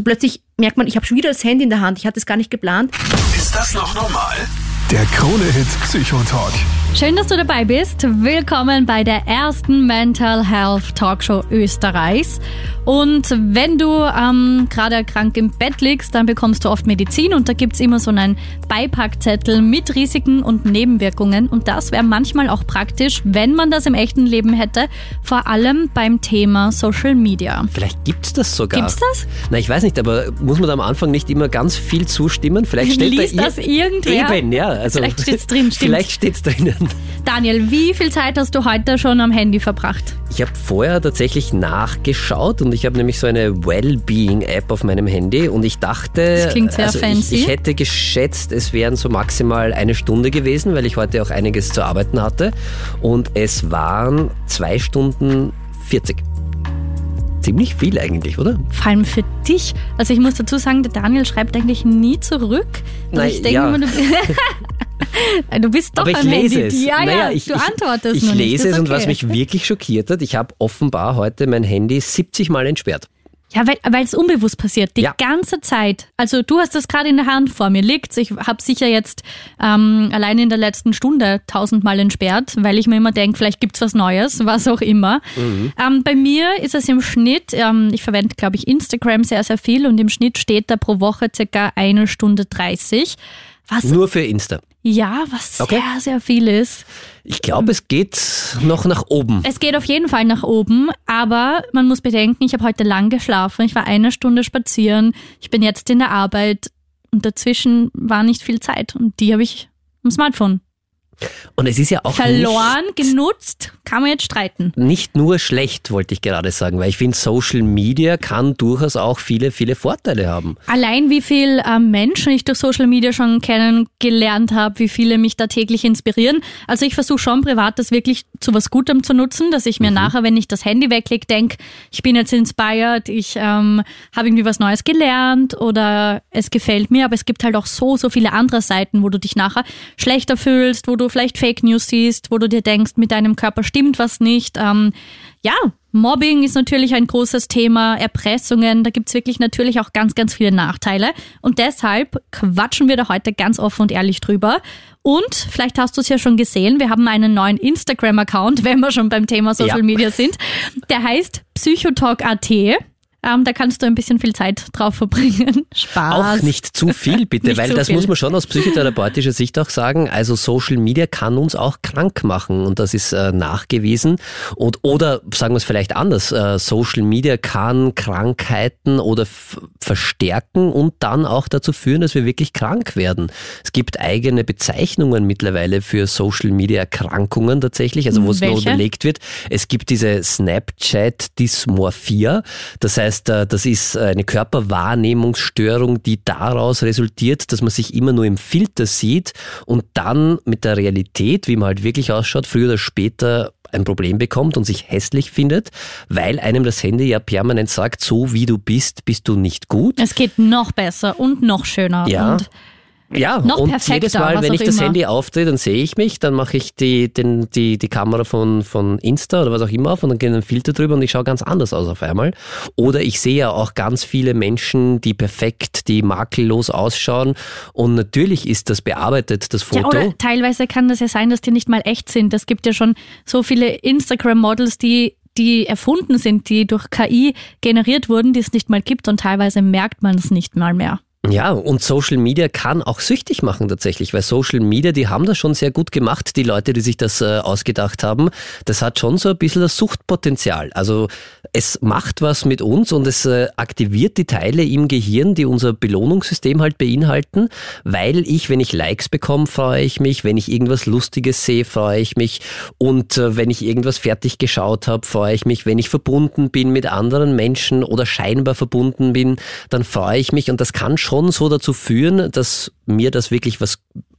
plötzlich merkt man, ich habe schon wieder das Handy in der Hand, ich hatte es gar nicht geplant. Ist das noch normal? Der Krone-Hit Psychotalk. Schön, dass du dabei bist. Willkommen bei der ersten Mental Health Talkshow Österreichs. Und wenn du gerade krank im Bett liegst, dann bekommst du oft Medizin und da gibt's immer so einen Beipackzettel mit Risiken und Nebenwirkungen. Und das wäre manchmal auch praktisch, wenn man das im echten Leben hätte, vor allem beim Thema Social Media. Vielleicht gibt's das sogar. Gibt's das? Na, ich weiß nicht, aber muss man da am Anfang nicht immer ganz viel zustimmen? Vielleicht steht Liest da das irgendwer? Eben, ja. Also Vielleicht steht's drin, stimmt. Vielleicht steht's drinnen. Daniel, wie viel Zeit hast du heute schon am Handy verbracht? Ich habe vorher tatsächlich nachgeschaut und ich habe nämlich so eine Wellbeing-App auf meinem Handy und ich dachte, Das klingt sehr fancy. Ich hätte geschätzt, es wären so maximal 1 Stunde gewesen, weil ich heute auch einiges zu arbeiten hatte und es waren 2 Stunden 40. Ziemlich viel eigentlich, oder? Vor allem für dich. Also ich muss dazu sagen, der Daniel schreibt eigentlich nie zurück. Also Nein, ich denke ja. immer, du bist doch Aber ich am lese Handy. es. Ja, Naja, du antwortest ich nur nicht. lese Das es ist und was okay. mich wirklich schockiert hat, ich habe offenbar heute mein Handy 70 Mal entsperrt. Ja, weil es unbewusst passiert, die Ja. ganze Zeit. Also du hast das gerade in der Hand, vor mir liegt. Ich habe sicher jetzt allein in der letzten Stunde 1000 Mal entsperrt, weil ich mir immer denke, vielleicht gibt's was Neues, was auch immer. Bei mir ist es im Schnitt, ich verwende, glaube ich, Instagram sehr, sehr viel und im Schnitt steht da pro Woche circa 1 Stunde 30. Was Nur für Insta. was Okay. sehr, sehr viel ist. Ich glaube, es geht noch nach oben. Es geht auf jeden Fall nach oben, aber man muss bedenken, ich habe heute lang geschlafen, ich war 1 Stunde spazieren, ich bin jetzt in der Arbeit und dazwischen war nicht viel Zeit und die habe ich am Smartphone Und es ist ja auch verloren, genutzt, kann man jetzt streiten. nicht nur schlecht, wollte ich gerade sagen, weil ich finde, Social Media kann durchaus auch viele, viele Vorteile haben. Allein wie viele Menschen ich durch Social Media schon kennengelernt habe, wie viele mich da täglich inspirieren. Also ich versuche schon privat das wirklich zu was Gutem zu nutzen, dass ich mir nachher, wenn ich das Handy weglege, denke, ich bin jetzt inspired, ich habe irgendwie was Neues gelernt oder es gefällt mir. Aber es gibt halt auch so viele andere Seiten, wo du dich nachher schlechter fühlst, wo du vielleicht Fake News siehst, wo du dir denkst, mit deinem Körper stimmt was nicht. Mobbing ist natürlich ein großes Thema, Erpressungen, da gibt's wirklich natürlich auch ganz, ganz viele Nachteile. Und deshalb quatschen wir da heute ganz offen und ehrlich drüber. Und vielleicht hast du es ja schon gesehen, wir haben einen neuen Instagram-Account, wenn wir schon beim Thema Social Media sind. Der heißt Psychotalk.at. Da kannst du ein bisschen viel Zeit drauf verbringen. Spaß. Auch nicht zu viel, bitte, Nicht weil zu das viel. muss man schon aus psychotherapeutischer Sicht auch sagen. Also Social Media kann uns auch krank machen und das ist nachgewiesen. Oder sagen wir es vielleicht anders, Social Media kann Krankheiten oder verstärken und dann auch dazu führen, dass wir wirklich krank werden. Es gibt eigene Bezeichnungen mittlerweile für Social Media Erkrankungen tatsächlich, also wo es nur Welche? überlegt wird. Es gibt diese Snapchat-Dysmorphia, das heißt, das ist eine Körperwahrnehmungsstörung, die daraus resultiert, dass man sich immer nur im Filter sieht und dann mit der Realität, wie man halt wirklich ausschaut, früher oder später ein Problem bekommt und sich hässlich findet, weil einem das Handy ja permanent sagt, so wie du bist, bist du nicht gut. Es geht noch besser und noch schöner. Ja. Und Ja, noch und perfekter, jedes Mal, was wenn auch ich das immer. Handy aufdrehe, dann sehe ich mich, dann mache ich die Kamera von Insta oder was auch immer auf und dann geht ein Filter drüber und ich schaue ganz anders aus auf einmal. Oder ich sehe ja auch ganz viele Menschen, die perfekt, die makellos ausschauen und natürlich ist das bearbeitet, das Foto. Ja, oder teilweise kann das ja sein, dass die nicht mal echt sind. Es gibt ja schon so viele Instagram-Models, die erfunden sind, die durch KI generiert wurden, die es nicht mal gibt und teilweise merkt man es nicht mal mehr. Ja, und Social Media kann auch süchtig machen tatsächlich, weil Social Media, die haben das schon sehr gut gemacht, die Leute, die sich das ausgedacht haben. Das hat schon so ein bisschen das Suchtpotenzial. Also es macht was mit uns und es aktiviert die Teile im Gehirn, die unser Belohnungssystem halt beinhalten, weil wenn ich Likes bekomme, freue ich mich, wenn ich irgendwas Lustiges sehe, freue ich mich und wenn ich irgendwas fertig geschaut habe, freue ich mich, wenn ich verbunden bin mit anderen Menschen oder scheinbar verbunden bin, dann freue ich mich und das kann schon so dazu führen, dass mir das wirklich was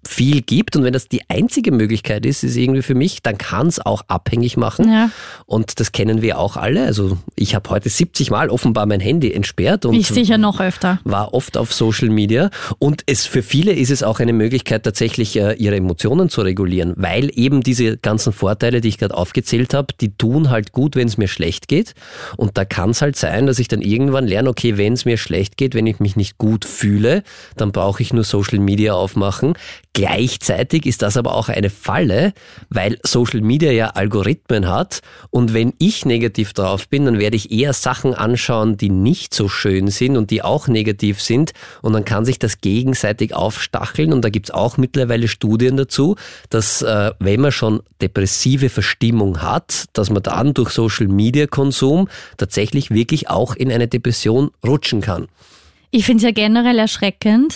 viel gibt und wenn das die einzige Möglichkeit ist irgendwie für mich, dann kann es auch abhängig machen. Ja. Und das kennen wir auch alle. Also ich habe heute 70 Mal offenbar mein Handy entsperrt und Ich sicher noch öfter. war oft auf Social Media. Und für viele ist es auch eine Möglichkeit, tatsächlich ihre Emotionen zu regulieren, weil eben diese ganzen Vorteile, die ich gerade aufgezählt habe, die tun halt gut, wenn es mir schlecht geht. Und da kann es halt sein, dass ich dann irgendwann lerne, okay, wenn es mir schlecht geht, wenn ich mich nicht gut fühle, dann brauche ich nur Social Media aufmachen. Gleichzeitig ist das aber auch eine Falle, weil Social Media ja Algorithmen hat und wenn ich negativ drauf bin, dann werde ich eher Sachen anschauen, die nicht so schön sind und die auch negativ sind und dann kann sich das gegenseitig aufstacheln und da gibt es auch mittlerweile Studien dazu, dass wenn man schon depressive Verstimmung hat, dass man dann durch Social Media Konsum tatsächlich wirklich auch in eine Depression rutschen kann. Ich finde es ja generell erschreckend,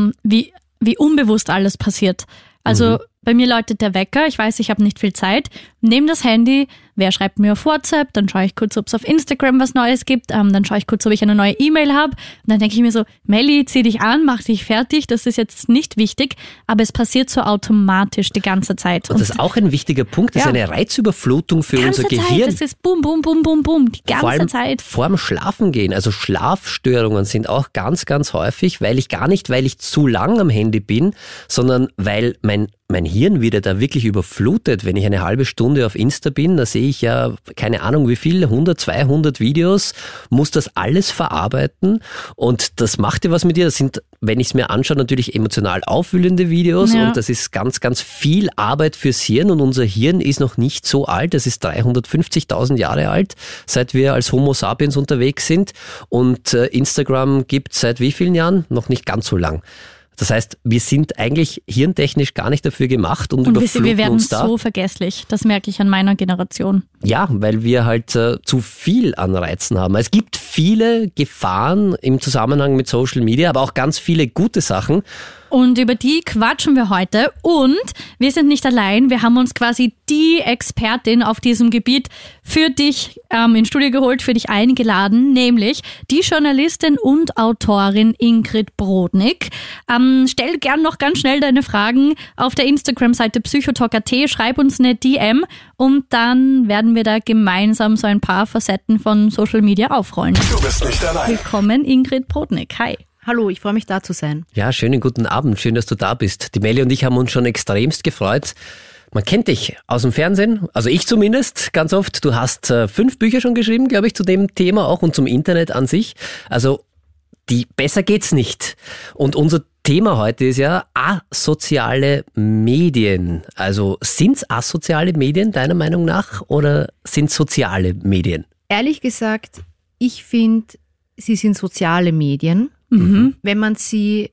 wie unbewusst alles passiert. Also bei mir läutet der Wecker, ich weiß, ich habe nicht viel Zeit, nehme das Handy, wer schreibt mir auf WhatsApp, dann schaue ich kurz, ob es auf Instagram was Neues gibt, dann schaue ich kurz, ob ich eine neue E-Mail habe und dann denke ich mir so, Melli, zieh dich an, mach dich fertig, das ist jetzt nicht wichtig, aber es passiert so automatisch die ganze Zeit. Und das ist auch ein wichtiger Punkt, das ist eine Reizüberflutung für unser Gehirn. Das ist bum, bum, bum, bum, bum, die ganze Vor allem Zeit. Vorm Schlafengehen, also Schlafstörungen sind auch ganz, ganz häufig, weil ich zu lang am Handy bin, sondern weil mein Hirn wird da wirklich überflutet. Wenn ich eine halbe Stunde auf Insta bin, da sehe ich ja, keine Ahnung wie viel, 100, 200 Videos, muss das alles verarbeiten und das macht ja was mit dir. Das sind, wenn ich es mir anschaue, natürlich emotional aufwühlende Videos und das ist ganz, ganz viel Arbeit fürs Hirn und unser Hirn ist noch nicht so alt, das ist 350.000 Jahre alt, seit wir als Homo sapiens unterwegs sind und Instagram gibt es seit wie vielen Jahren? Noch nicht ganz so lang. Das heißt, wir sind eigentlich hirntechnisch gar nicht dafür gemacht und überfluten wir werden uns da. so vergesslich. Das merke ich an meiner Generation. Ja, weil wir halt zu viel an Reizen haben. Es gibt viele Gefahren im Zusammenhang mit Social Media, aber auch ganz viele gute Sachen. Und über die quatschen wir heute. Und wir sind nicht allein. Wir haben uns quasi die Expertin auf diesem Gebiet für dich ins Studio geholt, für dich eingeladen, nämlich die Journalistin und Autorin Ingrid Brodnik. Stell gern noch ganz schnell deine Fragen auf der Instagram-Seite psychotalk.at, schreib uns eine DM und dann werden wir da gemeinsam so ein paar Facetten von Social Media aufrollen. Du bist nicht allein. Willkommen, Ingrid Brodnik. Hi. Hallo, ich freue mich, da zu sein. Ja, schönen guten Abend. Schön, dass du da bist. Die Melli und ich haben uns schon extremst gefreut. Man kennt dich aus dem Fernsehen, also ich zumindest ganz oft. Du hast 5 Bücher schon geschrieben, glaube ich, zu dem Thema auch und zum Internet an sich. Also besser geht's nicht. Und unser Thema heute ist ja asoziale Medien. Also sind's asoziale Medien deiner Meinung nach oder sind soziale Medien? Ehrlich gesagt, ich finde, sie sind soziale Medien. Wenn man sie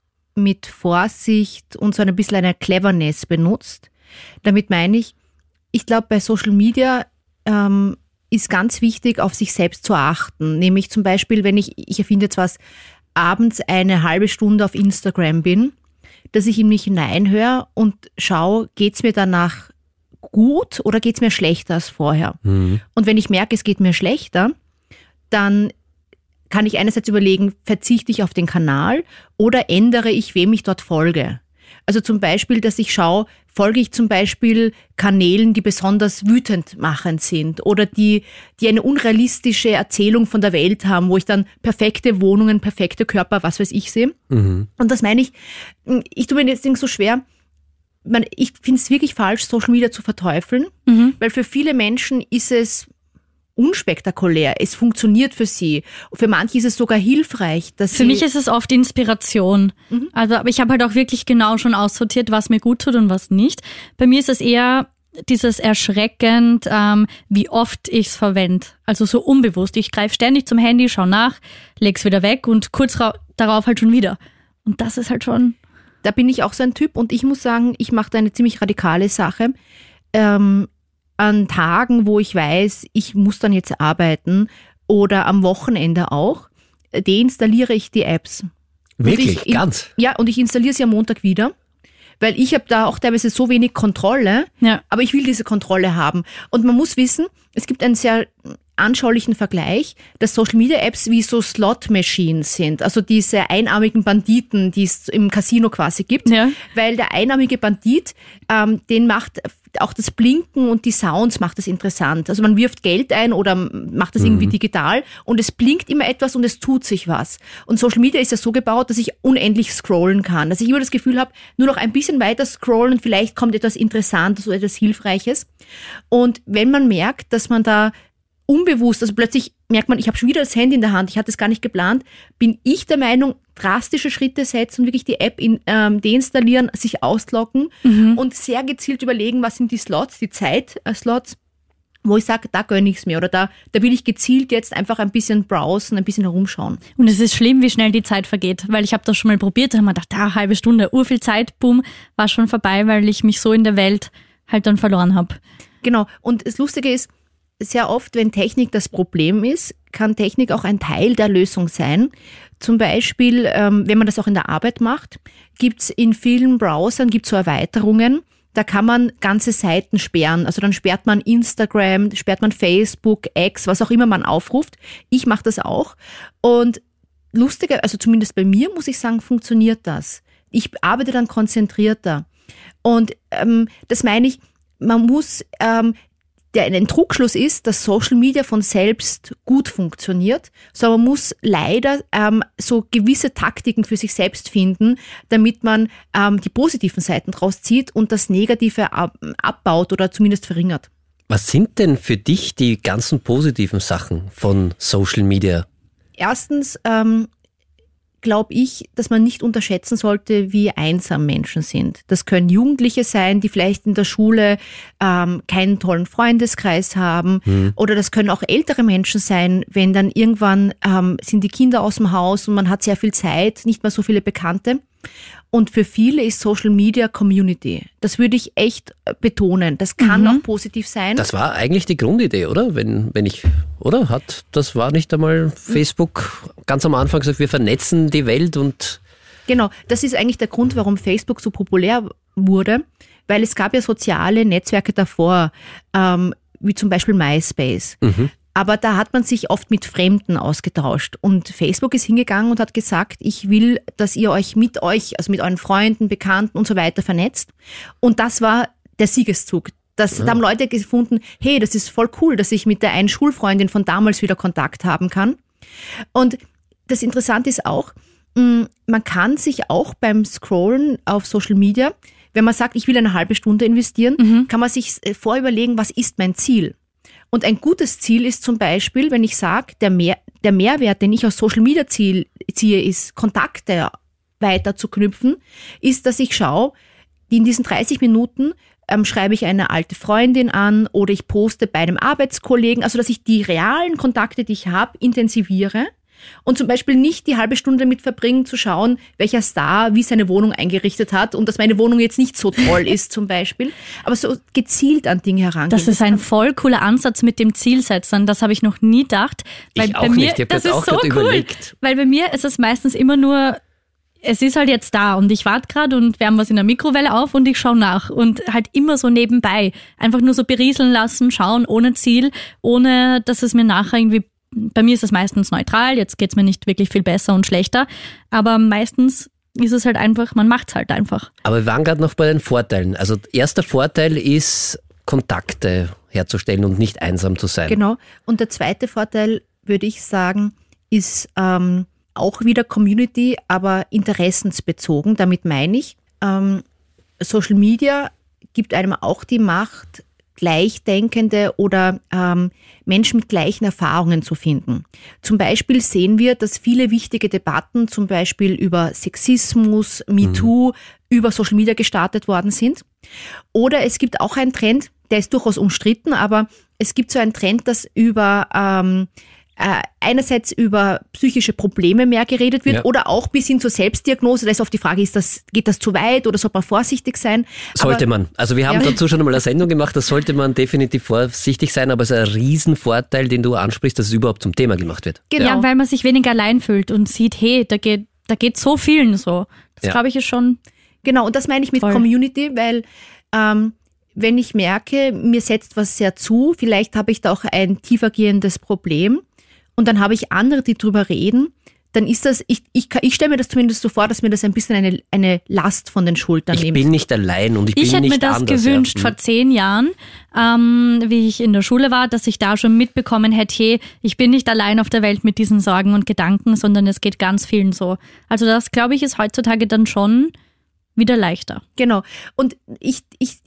mit Vorsicht und so ein bisschen einer Cleverness benutzt. Damit meine ich glaube, bei Social Media ist ganz wichtig, auf sich selbst zu achten. Nämlich zum Beispiel, wenn ich erfinde jetzt was, abends eine halbe Stunde auf Instagram bin, dass ich in mich hineinhöre und schaue, geht's mir danach gut oder geht's mir schlechter als vorher? Und wenn ich merke, es geht mir schlechter, dann kann ich einerseits überlegen, verzichte ich auf den Kanal oder ändere ich, wem ich dort folge. Also zum Beispiel, dass ich schaue, folge ich zum Beispiel Kanälen, die besonders wütend machend sind oder die eine unrealistische Erzählung von der Welt haben, wo ich dann perfekte Wohnungen, perfekte Körper, was weiß ich sehe. Und das meine ich tue mir jetzt so schwer, ich finde es wirklich falsch, Social Media zu verteufeln, weil für viele Menschen ist es unspektakulär. Es funktioniert für sie. Für manche ist es sogar hilfreich. Für mich ist es oft Inspiration. Also, aber ich habe halt auch wirklich genau schon aussortiert, was mir gut tut und was nicht. Bei mir ist es eher dieses erschreckend, wie oft ich es verwende. Also so unbewusst. Ich greife ständig zum Handy, schaue nach, leg's wieder weg und kurz darauf halt schon wieder. Und das ist halt schon... Da bin ich auch so ein Typ und ich muss sagen, ich mache da eine ziemlich radikale Sache. An Tagen, wo ich weiß, ich muss dann jetzt arbeiten oder am Wochenende auch, deinstalliere ich die Apps. Wirklich? Ganz? Ja, und ich installiere sie am Montag wieder, weil ich habe da auch teilweise so wenig Kontrolle, aber ich will diese Kontrolle haben. Und man muss wissen, es gibt ein sehr anschaulichen Vergleich, dass Social-Media-Apps wie so Slot-Machines sind, also diese einarmigen Banditen, die es im Casino quasi gibt, weil der einarmige Bandit, den macht auch das Blinken und die Sounds macht das interessant. Also man wirft Geld ein oder macht das irgendwie digital und es blinkt immer etwas und es tut sich was. Und Social Media ist ja so gebaut, dass ich unendlich scrollen kann, dass ich immer das Gefühl habe, nur noch ein bisschen weiter scrollen und vielleicht kommt etwas Interessantes oder etwas Hilfreiches. Und wenn man merkt, dass man da unbewusst, also plötzlich merkt man, ich habe schon wieder das Handy in der Hand, ich hatte es gar nicht geplant, bin ich der Meinung, drastische Schritte setzen und wirklich die App deinstallieren, sich ausloggen und sehr gezielt überlegen, was sind die Slots, die Zeitslots, wo ich sage, da gönne ich es mir oder da will ich gezielt jetzt einfach ein bisschen browsen, ein bisschen herumschauen. Und es ist schlimm, wie schnell die Zeit vergeht, weil ich habe das schon mal probiert, da habe ich gedacht, halbe Stunde, urviel Zeit, boom, war schon vorbei, weil ich mich so in der Welt halt dann verloren habe. Genau, und das Lustige ist, sehr oft, wenn Technik das Problem ist, kann Technik auch ein Teil der Lösung sein. Zum Beispiel, wenn man das auch in der Arbeit macht, gibt's in vielen Browsern so Erweiterungen, da kann man ganze Seiten sperren. Also dann sperrt man Instagram, sperrt man Facebook, X, was auch immer man aufruft. Ich mache das auch. Und lustiger, also zumindest bei mir, muss ich sagen, funktioniert das. Ich arbeite dann konzentrierter. Und das meine ich, man muss... ein Trugschluss ist, dass Social Media von selbst gut funktioniert, sondern man muss leider so gewisse Taktiken für sich selbst finden, damit man die positiven Seiten draus zieht und das Negative abbaut oder zumindest verringert. Was sind denn für dich die ganzen positiven Sachen von Social Media? Erstens glaube ich, dass man nicht unterschätzen sollte, wie einsam Menschen sind. Das können Jugendliche sein, die vielleicht in der Schule keinen tollen Freundeskreis haben. Oder das können auch ältere Menschen sein, wenn dann irgendwann sind die Kinder aus dem Haus und man hat sehr viel Zeit, nicht mehr so viele Bekannte. Und für viele ist Social Media Community. Das würde ich echt betonen. Das kann auch positiv sein. Das war eigentlich die Grundidee, oder? Das war nicht einmal Facebook ganz am Anfang gesagt, wir vernetzen die Welt und... Genau, das ist eigentlich der Grund, warum Facebook so populär wurde, weil es gab ja soziale Netzwerke davor, wie zum Beispiel MySpace. Aber da hat man sich oft mit Fremden ausgetauscht. Und Facebook ist hingegangen und hat gesagt, ich will, dass ihr euch, also mit euren Freunden, Bekannten und so weiter vernetzt. Und das war der Siegeszug. Da haben Leute gefunden, hey, das ist voll cool, dass ich mit der einen Schulfreundin von damals wieder Kontakt haben kann. Und das Interessante ist auch, man kann sich auch beim Scrollen auf Social Media, wenn man sagt, ich will eine halbe Stunde investieren, kann man sich vorüberlegen, was ist mein Ziel? Und ein gutes Ziel ist zum Beispiel, wenn ich sage, der Mehrwert, den ich aus Social Media ziehe, ist, Kontakte weiter zu knüpfen, ist, dass ich schaue, in diesen 30 Minuten schreibe ich eine alte Freundin an oder ich poste bei einem Arbeitskollegen, also dass ich die realen Kontakte, die ich habe, intensiviere. Und zum Beispiel nicht die halbe Stunde damit verbringen, zu schauen, welcher Star wie seine Wohnung eingerichtet hat und dass meine Wohnung jetzt nicht so toll ist zum Beispiel, aber so gezielt an Dinge herangehen. Das ist ein voll cooler Ansatz mit dem Zielsetzen, das habe ich noch nie gedacht. Weil ich auch nicht, ich habe das auch gerade überlegt. Weil bei mir ist es meistens immer nur, es ist halt jetzt da und ich warte gerade und wärme was in der Mikrowelle auf und ich schaue nach und halt immer so nebenbei. Einfach nur so berieseln lassen, schauen, ohne Ziel, ohne dass es mir nachher irgendwie... Bei mir ist es meistens neutral, jetzt geht's mir nicht wirklich viel besser und schlechter, aber meistens ist es halt einfach, man macht's halt einfach. Aber wir waren gerade noch bei den Vorteilen. Also erster Vorteil ist, Kontakte herzustellen und nicht einsam zu sein. Genau. Und der zweite Vorteil, würde ich sagen, ist auch wieder Community, aber interessensbezogen. Damit meine ich, Social Media gibt einem auch die Macht, Gleichdenkende oder Menschen mit gleichen Erfahrungen zu finden. Zum Beispiel sehen wir, dass viele wichtige Debatten, zum Beispiel über Sexismus, MeToo, über Social Media gestartet worden sind. Oder es gibt auch einen Trend, der ist durchaus umstritten, aber es gibt so einen Trend, dass einerseits über psychische Probleme mehr geredet wird oder auch bis hin zur Selbstdiagnose. Da ist oft die Frage, geht das zu weit oder sollte man vorsichtig sein? Sollte man. Also wir haben dazu schon einmal eine Sendung gemacht, da sollte man definitiv vorsichtig sein, aber es ist ein Riesenvorteil, den du ansprichst, dass es überhaupt zum Thema gemacht wird. Genau. Ja, weil man sich weniger allein fühlt und sieht, hey, da geht so vielen so. Das glaube ich ist schon... Genau, und das meine ich mit Community, weil wenn ich merke, mir setzt was sehr zu, vielleicht habe ich da auch ein tiefergehendes Problem und dann habe ich andere, die drüber reden, dann ist das, ich stelle mir das zumindest so vor, dass mir das ein bisschen eine Last von den Schultern nimmt. Ich bin nicht allein und ich bin nicht anders. Ich hätte mir das gewünscht vor 10 Jahren, wie ich in der Schule war, dass ich da schon mitbekommen hätte, hey, ich bin nicht allein auf der Welt mit diesen Sorgen und Gedanken, sondern es geht ganz vielen so. Also das, glaube ich, ist heutzutage dann schon wieder leichter. Genau. Und ich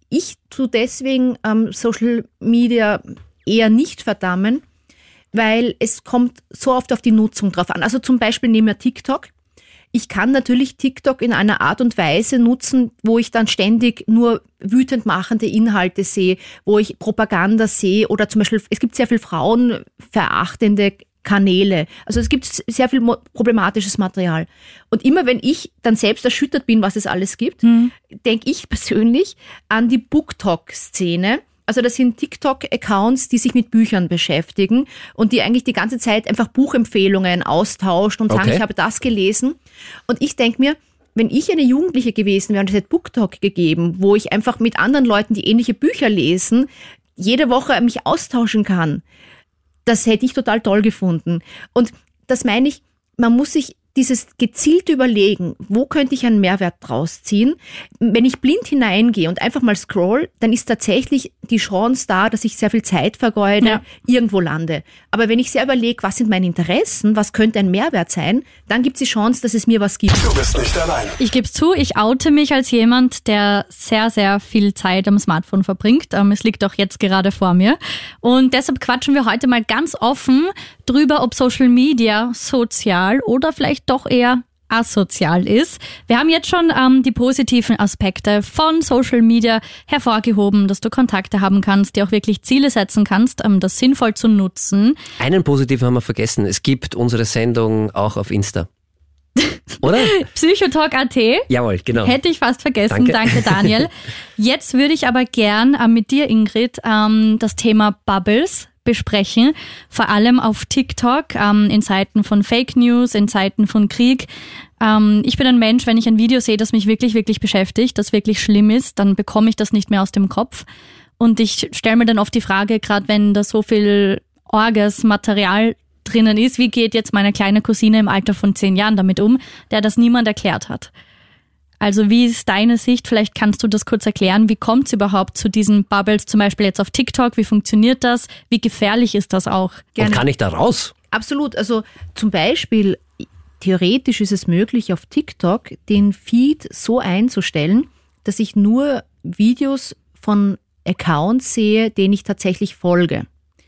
tue deswegen Social Media eher nicht verdammen, weil es kommt so oft auf die Nutzung drauf an. Also zum Beispiel nehmen wir TikTok. Ich kann natürlich TikTok in einer Art und Weise nutzen, wo ich dann ständig nur wütend machende Inhalte sehe, wo ich Propaganda sehe oder zum Beispiel, es gibt sehr viel frauenverachtende Kanäle. Also es gibt sehr viel problematisches Material. Und immer wenn ich dann selbst erschüttert bin, was es alles gibt, denke ich persönlich an die BookTok-Szene. Also das sind TikTok-Accounts, die sich mit Büchern beschäftigen und die eigentlich die ganze Zeit einfach Buchempfehlungen austauschen und sagen, ich habe das gelesen. Und ich denke mir, wenn ich eine Jugendliche gewesen wäre und es hätte BookTok gegeben, wo ich einfach mit anderen Leuten, die ähnliche Bücher lesen, jede Woche mich austauschen kann, das hätte ich total toll gefunden. Und das meine ich, man muss sich dieses gezielt überlegen, wo könnte ich einen Mehrwert draus ziehen. Wenn ich blind hineingehe und einfach mal scroll, dann ist tatsächlich die Chance da, dass ich sehr viel Zeit vergeude, irgendwo lande. Aber wenn ich sehr überlege, was sind meine Interessen, was könnte ein Mehrwert sein, dann gibt es die Chance, dass es mir was gibt. Du bist nicht allein. Ich gebe es zu, ich oute mich als jemand, der sehr, sehr viel Zeit am Smartphone verbringt. Es liegt auch jetzt gerade vor mir. Und deshalb quatschen wir heute mal ganz offen drüber, ob Social Media sozial oder vielleicht doch eher asozial ist. Wir haben jetzt schon die positiven Aspekte von Social Media hervorgehoben, dass du Kontakte haben kannst, dir auch wirklich Ziele setzen kannst, das sinnvoll zu nutzen. Einen positiven haben wir vergessen. Es gibt unsere Sendung auch auf Insta. Oder? Psychotalk.at. Jawohl, genau. Hätte ich fast vergessen. Danke Daniel. Jetzt würde ich aber gern mit dir, Ingrid, das Thema Bubbles besprechen, vor allem auf TikTok, in Zeiten von Fake News, in Zeiten von Krieg. Ich bin ein Mensch, wenn ich ein Video sehe, das mich wirklich, wirklich beschäftigt, das wirklich schlimm ist, dann bekomme ich das nicht mehr aus dem Kopf. Und ich stelle mir dann oft die Frage, gerade wenn da so viel orges Material drinnen ist, wie geht jetzt meine kleine Cousine im Alter von 10 Jahren damit um, der das niemand erklärt hat? Also wie ist deine Sicht? Vielleicht kannst du das kurz erklären. Wie kommt es überhaupt zu diesen Bubbles, zum Beispiel jetzt auf TikTok? Wie funktioniert das? Wie gefährlich ist das auch? Gerne. Und kann ich da raus? Absolut. Also zum Beispiel, theoretisch ist es möglich, auf TikTok den Feed so einzustellen, dass ich nur Videos von Accounts sehe, denen ich tatsächlich folge.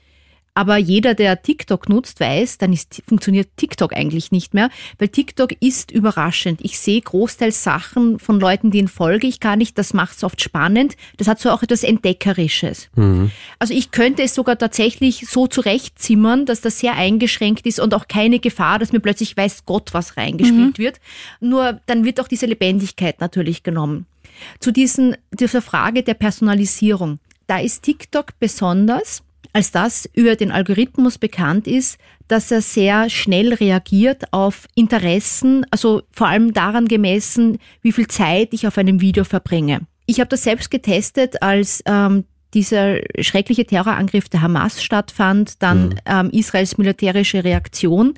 Aber jeder, der TikTok nutzt, weiß, dann funktioniert TikTok eigentlich nicht mehr, weil TikTok ist überraschend. Ich sehe großteils Sachen von Leuten, denen folge ich gar nicht. Das macht es oft spannend. Das hat so auch etwas Entdeckerisches. Also ich könnte es sogar tatsächlich so zurechtzimmern, dass das sehr eingeschränkt ist und auch keine Gefahr, dass mir plötzlich weiß Gott was reingespielt wird. Nur dann wird auch diese Lebendigkeit natürlich genommen. Zu dieser Frage der Personalisierung. Da ist TikTok besonders, als das über den Algorithmus bekannt ist, dass er sehr schnell reagiert auf Interessen, also vor allem daran gemessen, wie viel Zeit ich auf einem Video verbringe. Ich habe das selbst getestet, als dieser schreckliche Terrorangriff der Hamas stattfand, dann Israels militärische Reaktion,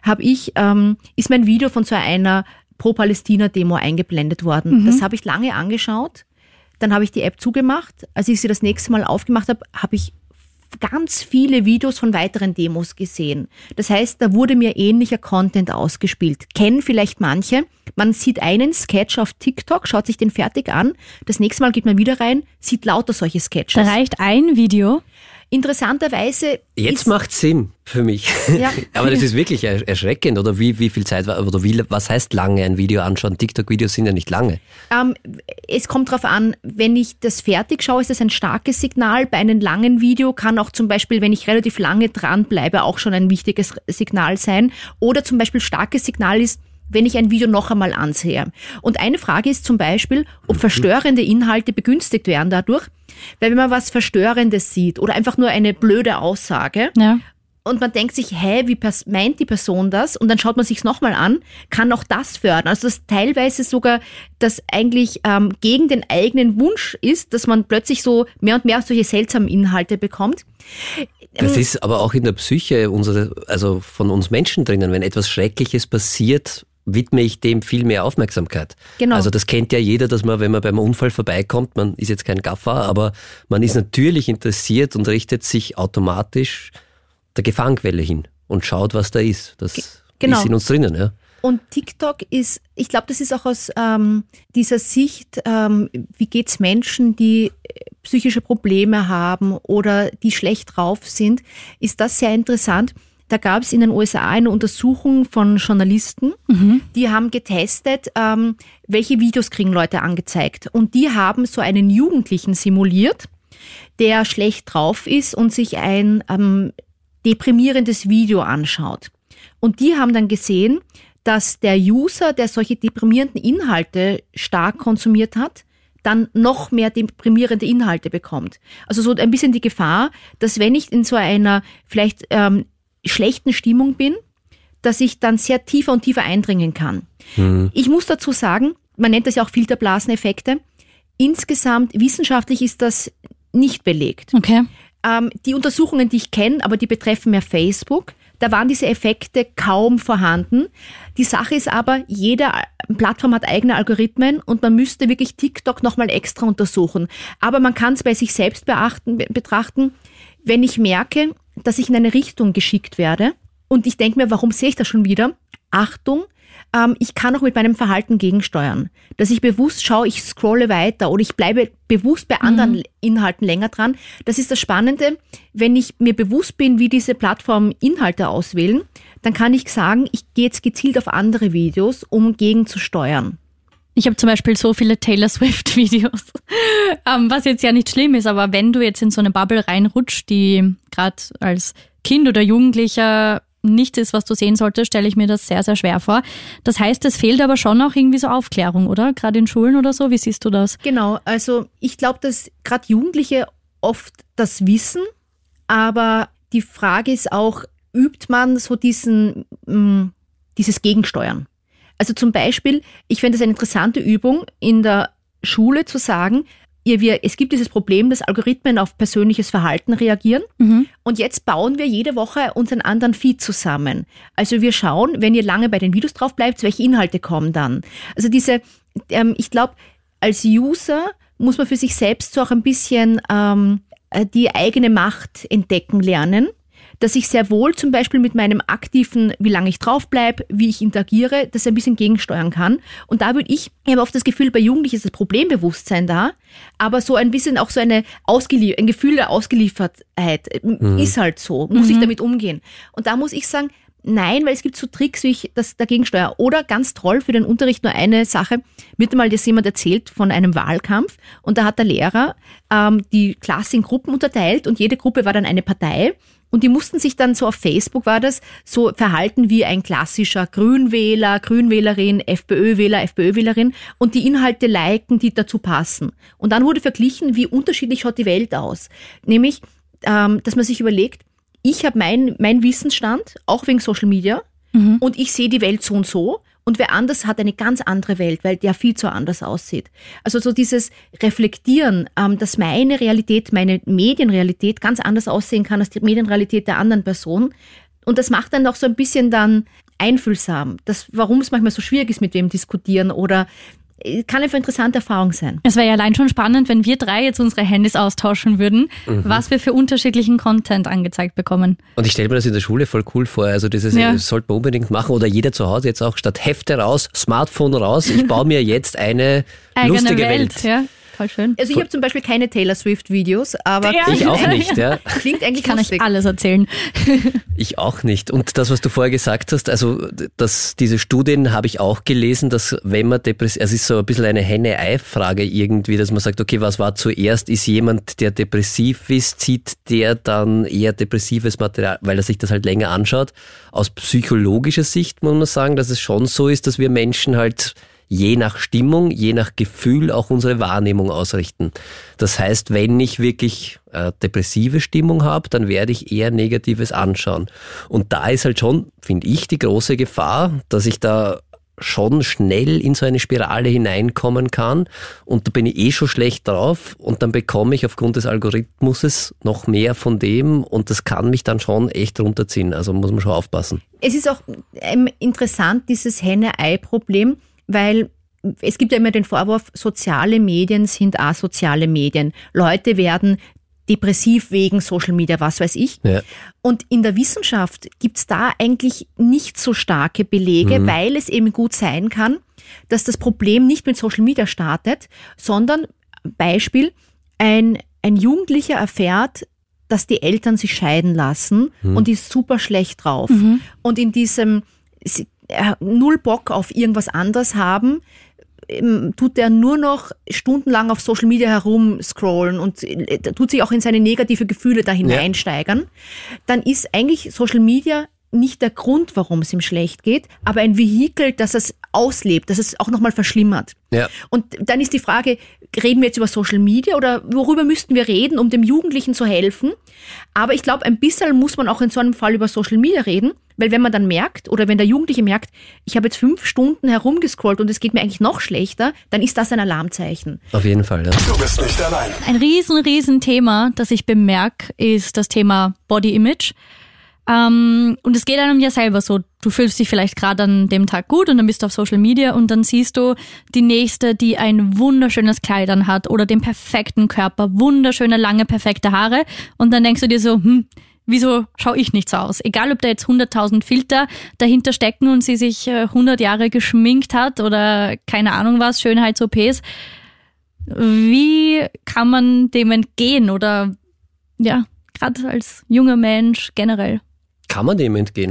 ist mein Video von so einer Pro-Palästina-Demo eingeblendet worden. Das habe ich lange angeschaut, dann habe ich die App zugemacht. Als ich sie das nächste Mal aufgemacht habe, habe ich ganz viele Videos von weiteren Demos gesehen. Das heißt, da wurde mir ähnlicher Content ausgespielt. Kennen vielleicht manche. Man sieht einen Sketch auf TikTok, schaut sich den fertig an. Das nächste Mal geht man wieder rein, sieht lauter solche Sketches. Da reicht ein Video. Interessanterweise. Jetzt macht Sinn für mich. Ja. Aber das ist wirklich erschreckend. Oder wie viel Zeit oder was heißt lange ein Video anschauen? TikTok-Videos sind ja nicht lange. Es kommt darauf an, wenn ich das fertig schaue, ist das ein starkes Signal. Bei einem langen Video kann auch zum Beispiel, wenn ich relativ lange dranbleibe, auch schon ein wichtiges Signal sein. Oder zum Beispiel starkes Signal ist, wenn ich ein Video noch einmal ansehe. Und eine Frage ist zum Beispiel, ob verstörende Inhalte begünstigt werden dadurch. Weil wenn man was Verstörendes sieht oder einfach nur eine blöde Aussage und man denkt sich, wie meint die Person das? Und dann schaut man sich's nochmal an, kann auch das fördern. Also das teilweise sogar das eigentlich gegen den eigenen Wunsch ist, dass man plötzlich so mehr und mehr solche seltsamen Inhalte bekommt. Das ist aber auch in der Psyche also von uns Menschen drinnen. Wenn etwas Schreckliches passiert, widme ich dem viel mehr Aufmerksamkeit. Genau. Also das kennt ja jeder, dass man, wenn man beim Unfall vorbeikommt, man ist jetzt kein Gaffer, aber man ist natürlich interessiert und richtet sich automatisch der Gefahrenquelle hin und schaut, was da ist. Das ist in uns drinnen, ja. Und TikTok ist, ich glaube, das ist auch aus dieser Sicht, wie geht's Menschen, die psychische Probleme haben oder die schlecht drauf sind, ist das sehr interessant. Da gab es in den USA eine Untersuchung von Journalisten, die haben getestet, welche Videos kriegen Leute angezeigt. Und die haben so einen Jugendlichen simuliert, der schlecht drauf ist und sich ein deprimierendes Video anschaut. Und die haben dann gesehen, dass der User, der solche deprimierenden Inhalte stark konsumiert hat, dann noch mehr deprimierende Inhalte bekommt. Also so ein bisschen die Gefahr, dass wenn ich in so einer vielleicht schlechten Stimmung bin, dass ich dann sehr tiefer und tiefer eindringen kann. Ich muss dazu sagen, man nennt das ja auch Filterblaseneffekte. Insgesamt wissenschaftlich ist das nicht belegt. Okay. Die Untersuchungen, die ich kenne, aber die betreffen mehr Facebook, da waren diese Effekte kaum vorhanden. Die Sache ist aber, jede Plattform hat eigene Algorithmen und man müsste wirklich TikTok nochmal extra untersuchen. Aber man kann es bei sich selbst betrachten, wenn ich merke, dass ich in eine Richtung geschickt werde und ich denke mir, warum sehe ich das schon wieder? Achtung, ich kann auch mit meinem Verhalten gegensteuern. Dass ich bewusst schaue, ich scrolle weiter oder ich bleibe bewusst bei anderen Inhalten länger dran. Das ist das Spannende. Wenn ich mir bewusst bin, wie diese Plattformen Inhalte auswählen, dann kann ich sagen, ich gehe jetzt gezielt auf andere Videos, um gegenzusteuern. Ich habe zum Beispiel so viele Taylor Swift-Videos, was jetzt ja nicht schlimm ist, aber wenn du jetzt in so eine Bubble reinrutscht, die gerade als Kind oder Jugendlicher nichts ist, was du sehen solltest, stelle ich mir das sehr, sehr schwer vor. Das heißt, es fehlt aber schon auch irgendwie so Aufklärung, oder? Gerade in Schulen oder so, wie siehst du das? Genau, also ich glaube, dass gerade Jugendliche oft das wissen, aber die Frage ist auch, übt man so dieses Gegensteuern? Also zum Beispiel, ich fände es eine interessante Übung, in der Schule zu sagen, es gibt dieses Problem, dass Algorithmen auf persönliches Verhalten reagieren. Und jetzt bauen wir jede Woche uns einen anderen Feed zusammen. Also wir schauen, wenn ihr lange bei den Videos drauf bleibt, welche Inhalte kommen dann. Also ich glaube, als User muss man für sich selbst so auch ein bisschen die eigene Macht entdecken lernen. Dass ich sehr wohl zum Beispiel mit meinem aktiven, wie lange ich drauf bleibe, wie ich interagiere, das ein bisschen gegensteuern kann. Und da ich habe oft das Gefühl, bei Jugendlichen ist das Problembewusstsein da, aber so ein bisschen auch so ein Gefühl der Ausgeliefertheit ist halt so, muss ich damit umgehen. Und da muss ich sagen, nein, weil es gibt so Tricks, wie ich das dagegen steuere. Oder ganz toll für den Unterricht nur eine Sache, mir hat mal das jemand erzählt von einem Wahlkampf und da hat der Lehrer die Klasse in Gruppen unterteilt und jede Gruppe war dann eine Partei. Und die mussten sich dann so auf Facebook war das, so verhalten wie ein klassischer Grünwähler, Grünwählerin, FPÖ-Wähler, FPÖ-Wählerin und die Inhalte liken, die dazu passen. Und dann wurde verglichen, wie unterschiedlich schaut die Welt aus. Nämlich, dass man sich überlegt, ich habe mein Wissensstand, auch wegen Social Media, und ich sehe die Welt so und so. Und wer anders hat eine ganz andere Welt, weil der viel zu anders aussieht. Also so dieses Reflektieren, dass meine Realität, meine Medienrealität ganz anders aussehen kann als die Medienrealität der anderen Person. Und das macht dann auch so ein bisschen dann einfühlsam, warum es manchmal so schwierig ist, mit wem diskutieren oder kann einfach eine interessante Erfahrung sein. Es wäre ja allein schon spannend, wenn wir drei jetzt unsere Handys austauschen würden, was wir für unterschiedlichen Content angezeigt bekommen. Und ich stelle mir das in der Schule voll cool vor. Also das sollte man unbedingt machen. Oder jeder zu Hause jetzt auch statt Hefte raus, Smartphone raus. Ich baue mir jetzt eine lustige Welt. Ja. Voll schön. Also ich habe zum Beispiel keine Taylor Swift-Videos, aber ich auch nicht. Ja. Klingt eigentlich kann lustig. Ich alles erzählen. Ich auch nicht. Und das, was du vorher gesagt hast, also diese Studien habe ich auch gelesen, dass wenn man es ist so ein bisschen eine Henne-Ei-Frage irgendwie, dass man sagt, okay, was war zuerst? Ist jemand, der depressiv ist, zieht der dann eher depressives Material, weil er sich das halt länger anschaut? Aus psychologischer Sicht muss man sagen, dass es schon so ist, dass wir Menschen halt je nach Stimmung, je nach Gefühl auch unsere Wahrnehmung ausrichten. Das heißt, wenn ich wirklich depressive Stimmung habe, dann werde ich eher Negatives anschauen. Und da ist halt schon, finde ich, die große Gefahr, dass ich da schon schnell in so eine Spirale hineinkommen kann und da bin ich schon schlecht drauf und dann bekomme ich aufgrund des Algorithmuses noch mehr von dem und das kann mich dann schon echt runterziehen, also muss man schon aufpassen. Es ist auch interessant, dieses Henne-Ei-Problem, weil es gibt ja immer den Vorwurf, soziale Medien sind asoziale Medien. Leute werden depressiv wegen Social Media, was weiß ich. Ja. Und in der Wissenschaft gibt's da eigentlich nicht so starke Belege, weil es eben gut sein kann, dass das Problem nicht mit Social Media startet, sondern Beispiel, ein Jugendlicher erfährt, dass die Eltern sich scheiden lassen und ist super schlecht drauf. Und in diesem null Bock auf irgendwas anderes haben, tut er nur noch stundenlang auf Social Media herumscrollen und tut sich auch in seine negative Gefühle da hineinsteigern, dann ist eigentlich Social Media nicht der Grund, warum es ihm schlecht geht, aber ein Vehikel, das es auslebt, das es auch nochmal verschlimmert. Ja. Und dann ist die Frage, reden wir jetzt über Social Media oder worüber müssten wir reden, um dem Jugendlichen zu helfen? Aber ich glaube, ein bisschen muss man auch in so einem Fall über Social Media reden, weil wenn man dann merkt oder wenn der Jugendliche merkt, ich habe jetzt 5 Stunden herumgescrollt und es geht mir eigentlich noch schlechter, dann ist das ein Alarmzeichen. Auf jeden Fall, ja. Du bist nicht allein. Ein riesen Thema, das ich bemerke, ist das Thema Body Image. Und es geht einem ja selber so, du fühlst dich vielleicht gerade an dem Tag gut und dann bist du auf Social Media und dann siehst du die Nächste, die ein wunderschönes Kleid anhat oder den perfekten Körper, wunderschöne, lange, perfekte Haare und dann denkst du dir so, wieso schaue ich nicht so aus? Egal, ob da jetzt 100.000 Filter dahinter stecken und sie sich 100 Jahre geschminkt hat oder keine Ahnung was, Schönheits-OPs. Wie kann man dem entgehen oder ja, gerade als junger Mensch generell? Kann man dem entgehen?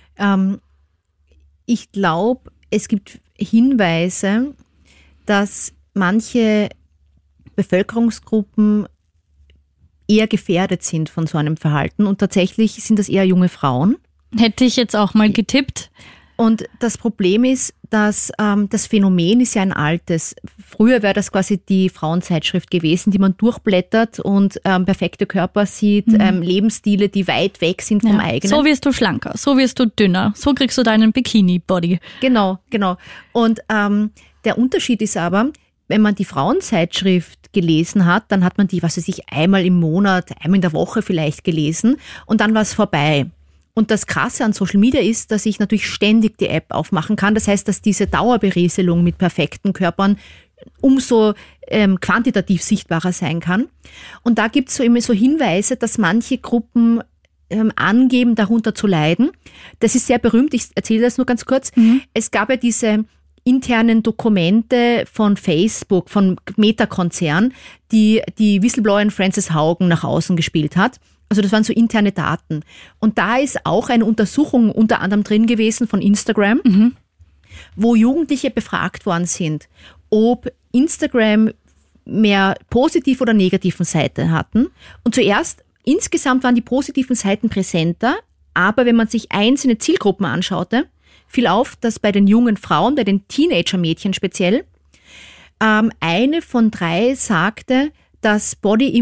Ich glaube, es gibt Hinweise, dass manche Bevölkerungsgruppen eher gefährdet sind von so einem Verhalten und tatsächlich sind das eher junge Frauen. Hätte ich jetzt auch mal getippt. Und das Problem ist, dass das Phänomen ist ja ein altes. Früher wäre das quasi die Frauenzeitschrift gewesen, die man durchblättert und perfekte Körper sieht, Lebensstile, die weit weg sind vom eigenen. So wirst du schlanker, so wirst du dünner, so kriegst du deinen Bikini-Body. Genau. Und der Unterschied ist aber, wenn man die Frauenzeitschrift gelesen hat, dann hat man die, was weiß ich, einmal im Monat, einmal in der Woche vielleicht gelesen und dann war es vorbei. Und das Krasse an Social Media ist, dass ich natürlich ständig die App aufmachen kann. Das heißt, dass diese Dauerberieselung mit perfekten Körpern umso quantitativ sichtbarer sein kann. Und da gibt es so immer so Hinweise, dass manche Gruppen angeben, darunter zu leiden. Das ist sehr berühmt, ich erzähle das nur ganz kurz. Es gab ja diese internen Dokumente von Facebook, von Meta-Konzern, die Whistleblowerin Frances Haugen nach außen gespielt hat. Also das waren so interne Daten. Und da ist auch eine Untersuchung unter anderem drin gewesen von Instagram, wo Jugendliche befragt worden sind, ob Instagram mehr positiv oder negativen Seiten hatten. Und zuerst, insgesamt waren die positiven Seiten präsenter, aber wenn man sich einzelne Zielgruppen anschaute, fiel auf, dass bei den jungen Frauen, bei den Teenager-Mädchen speziell, eine von 3 sagte, dass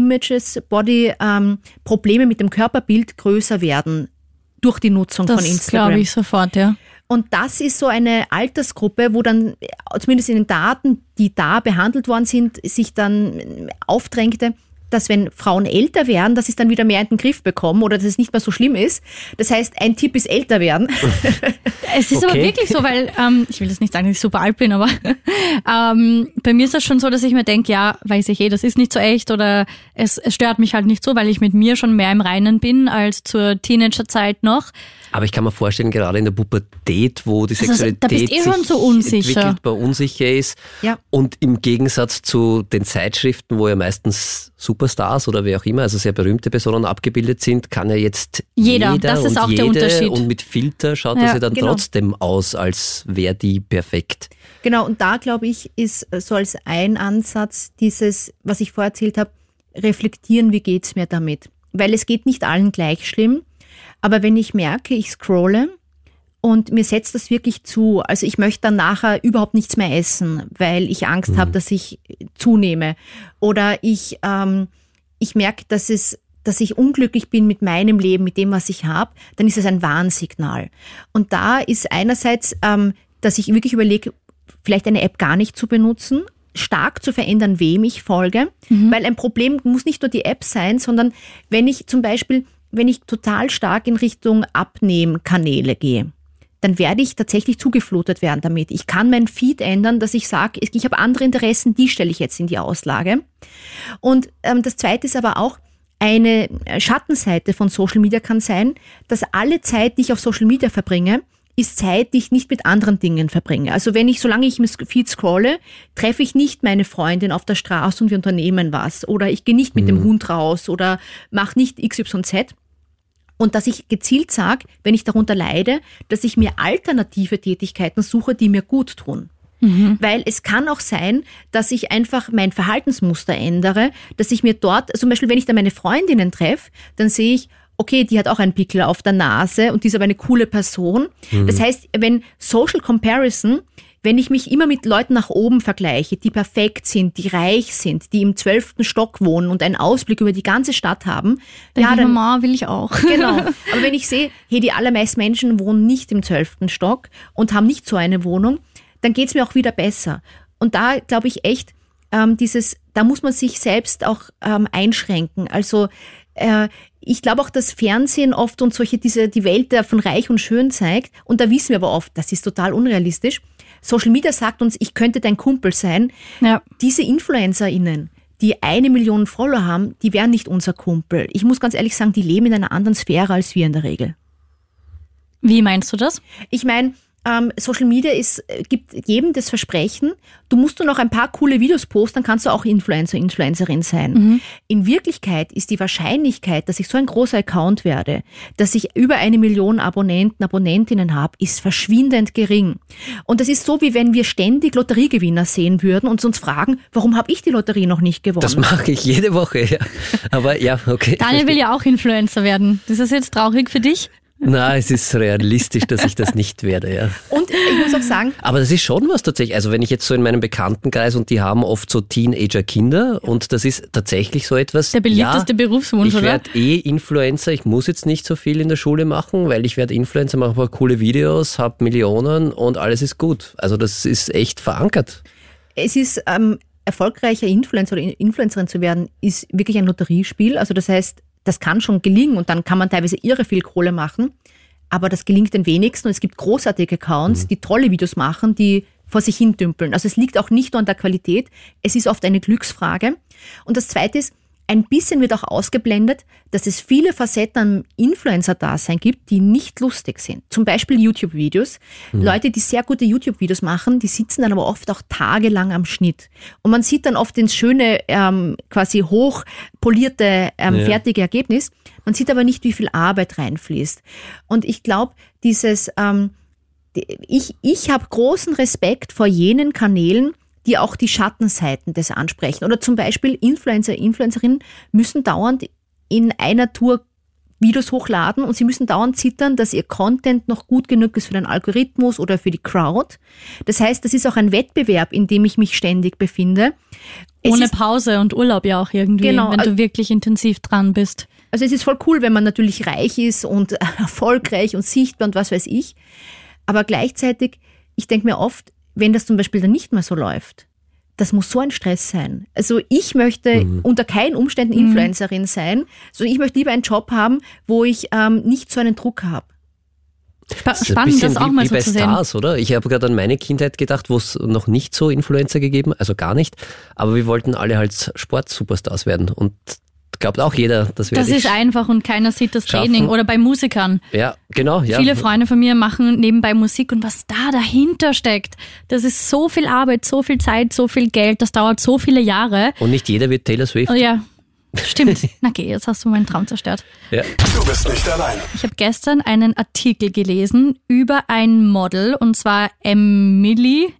Probleme mit dem Körperbild größer werden durch die Nutzung von Instagram. Das glaube ich sofort, ja. Und das ist so eine Altersgruppe, wo dann zumindest in den Daten, die da behandelt worden sind, sich dann aufdrängte, dass wenn Frauen älter werden, dass sie es dann wieder mehr in den Griff bekommen oder dass es nicht mehr so schlimm ist. Das heißt, ein Tipp ist älter werden. Es ist aber wirklich so, weil, ich will jetzt nicht sagen, dass ich super alt bin, aber bei mir ist das schon so, dass ich mir denke, ja, weiß ich das ist nicht so echt oder es stört mich halt nicht so, weil ich mit mir schon mehr im Reinen bin als zur Teenagerzeit noch. Aber ich kann mir vorstellen, gerade in der Pubertät, wo die Sexualität da bist sich schon so unsicher ist und im Gegensatz zu den Zeitschriften, wo ja meistens Superstars oder wer auch immer, also sehr berühmte Personen abgebildet sind, kann ja jetzt jeder das ist und auch jede der Unterschied. Und mit Filter schaut das ja dann trotzdem aus, als wäre die perfekt. Genau, und da glaube ich, ist so als ein Ansatz dieses, was ich vorher erzählt habe, reflektieren, wie geht's mir damit? Weil es geht nicht allen gleich schlimm. Aber wenn ich merke, ich scrolle Und mir setzt das wirklich zu. Also ich möchte dann nachher überhaupt nichts mehr essen, weil ich Angst habe, dass ich zunehme. Oder ich merke, dass ich unglücklich bin mit meinem Leben, mit dem, was ich habe. Dann ist es ein Warnsignal. Und da ist einerseits, dass ich wirklich überlege, vielleicht eine App gar nicht zu benutzen, stark zu verändern, wem ich folge. Weil ein Problem muss nicht nur die App sein, sondern wenn ich total stark in Richtung Abnehmkanäle gehe, dann werde ich tatsächlich zugeflutet werden damit. Ich kann mein Feed ändern, dass ich sage, ich habe andere Interessen, die stelle ich jetzt in die Auslage. Und das Zweite ist aber auch, eine Schattenseite von Social Media kann sein, dass alle Zeit, die ich auf Social Media verbringe, ist Zeit, die ich nicht mit anderen Dingen verbringe. Also solange ich im Feed scrolle, treffe ich nicht meine Freundin auf der Straße und wir unternehmen was. Oder ich gehe nicht mit dem Hund raus oder mache nicht XYZ. Und dass ich gezielt sage, wenn ich darunter leide, dass ich mir alternative Tätigkeiten suche, die mir gut tun. Weil es kann auch sein, dass ich einfach mein Verhaltensmuster ändere, dass ich mir dort, zum Beispiel wenn ich da meine Freundinnen treffe, dann sehe ich, okay, die hat auch einen Pickel auf der Nase und die ist aber eine coole Person. Das heißt, wenn Social Comparison, wenn ich mich immer mit Leuten nach oben vergleiche, die perfekt sind, die reich sind, die im 12. Stock wohnen und einen Ausblick über die ganze Stadt haben. Dann will ich auch. Genau. Aber wenn ich sehe, hey, die allermeisten Menschen wohnen nicht im 12. Stock und haben nicht so eine Wohnung, dann geht's mir auch wieder besser. Und da glaube ich echt, da muss man sich selbst auch einschränken. Also ich glaube auch, dass Fernsehen oft uns die Welt von Reich und Schön zeigt. Und da wissen wir aber oft, das ist total unrealistisch. Social Media sagt uns, ich könnte dein Kumpel sein. Ja. Diese InfluencerInnen, die 1 Million Follower haben, die wären nicht unser Kumpel. Ich muss ganz ehrlich sagen, die leben in einer anderen Sphäre als wir in der Regel. Wie meinst du das? Ich meine, Social Media gibt jedem das Versprechen, du musst nur noch ein paar coole Videos posten, dann kannst du auch Influencerin sein. In Wirklichkeit ist die Wahrscheinlichkeit, dass ich so ein großer Account werde, dass ich über 1 Million Abonnentinnen habe, ist verschwindend gering. Und das ist so, wie wenn wir ständig Lotteriegewinner sehen würden und uns fragen, warum habe ich die Lotterie noch nicht gewonnen? Das mache ich jede Woche, ja. Aber ja, okay. Daniel will ja auch Influencer werden. Ist das jetzt traurig für dich? Na, es ist realistisch, dass ich das nicht werde, ja. Und ich muss auch sagen... Aber das ist schon was tatsächlich. Also wenn ich jetzt so in meinem Bekanntenkreis und die haben oft so Teenager-Kinder und das ist tatsächlich so etwas... Der beliebteste Berufswunsch, oder? Ich werde Influencer, ich muss jetzt nicht so viel in der Schule machen, weil ich werde Influencer, mache ein paar coole Videos, habe Millionen und alles ist gut. Also das ist echt verankert. Es ist... erfolgreicher Influencer oder Influencerin zu werden, ist wirklich ein Lotteriespiel. Also das heißt, das kann schon gelingen und dann kann man teilweise irre viel Kohle machen, aber das gelingt den wenigsten und es gibt großartige Accounts, die tolle Videos machen, die vor sich hin dümpeln. Also es liegt auch nicht nur an der Qualität, es ist oft eine Glücksfrage. Und das Zweite ist, ein bisschen wird auch ausgeblendet, dass es viele Facetten am Influencer-Dasein gibt, die nicht lustig sind. Zum Beispiel YouTube-Videos. Leute, die sehr gute YouTube-Videos machen, die sitzen dann aber oft auch tagelang am Schnitt. Und man sieht dann oft ins schöne, quasi hochpolierte, fertige Ergebnis. Man sieht aber nicht, wie viel Arbeit reinfließt. Und ich glaube, ich habe großen Respekt vor jenen Kanälen, die auch die Schattenseiten des ansprechen. Oder zum Beispiel Influencerinnen müssen dauernd in einer Tour Videos hochladen und sie müssen dauernd zittern, dass ihr Content noch gut genug ist für den Algorithmus oder für die Crowd. Das heißt, das ist auch ein Wettbewerb, in dem ich mich ständig befinde. Ohne Pause und Urlaub ja auch irgendwie, genau, wenn du wirklich intensiv dran bist. Also es ist voll cool, wenn man natürlich reich ist und erfolgreich und sichtbar und was weiß ich. Aber gleichzeitig, ich denke mir oft, wenn das zum Beispiel dann nicht mehr so läuft, das muss so ein Stress sein. Also ich möchte unter keinen Umständen Influencerin sein, sondern ich möchte lieber einen Job haben, wo ich nicht so einen Druck habe. Spannend, das auch mal so zu sehen. Stars, oder? Ich habe gerade an meine Kindheit gedacht, wo es noch nicht so Influencer gegeben, also gar nicht, aber wir wollten alle halt Sportsuperstars werden und glaubt auch jeder, das werde ich. Das ist einfach und keiner sieht das Training schaffen. Oder bei Musikern. Ja, genau. Ja. Viele Freunde von mir machen nebenbei Musik und was da dahinter steckt, das ist so viel Arbeit, so viel Zeit, so viel Geld, das dauert so viele Jahre. Und nicht jeder wird Taylor Swift. Oh ja, stimmt. Na okay, jetzt hast du meinen Traum zerstört. Ja. Du bist nicht allein. Ich habe gestern einen Artikel gelesen über ein Model und zwar Emily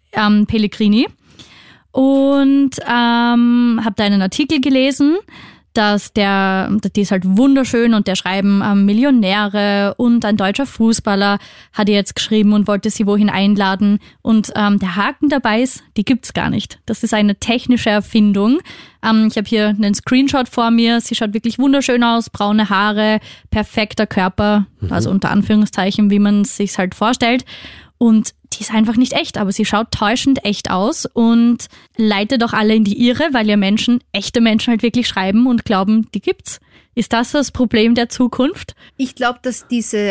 Pellegrini. Und habe da einen Artikel gelesen, dass die ist halt wunderschön und der schreiben Millionäre und ein deutscher Fußballer hat ihr jetzt geschrieben und wollte sie wohin einladen. Und der Haken dabei ist, die gibt's gar nicht. Das ist eine technische Erfindung. Ich habe hier einen Screenshot vor mir. Sie schaut wirklich wunderschön aus, braune Haare, perfekter Körper, also unter Anführungszeichen, wie man es sich halt vorstellt. Und die ist einfach nicht echt, aber sie schaut täuschend echt aus und leitet auch alle in die Irre, weil ja echte Menschen halt wirklich schreiben und glauben, die gibt's. Ist das Problem der Zukunft? Ich glaube, dass diese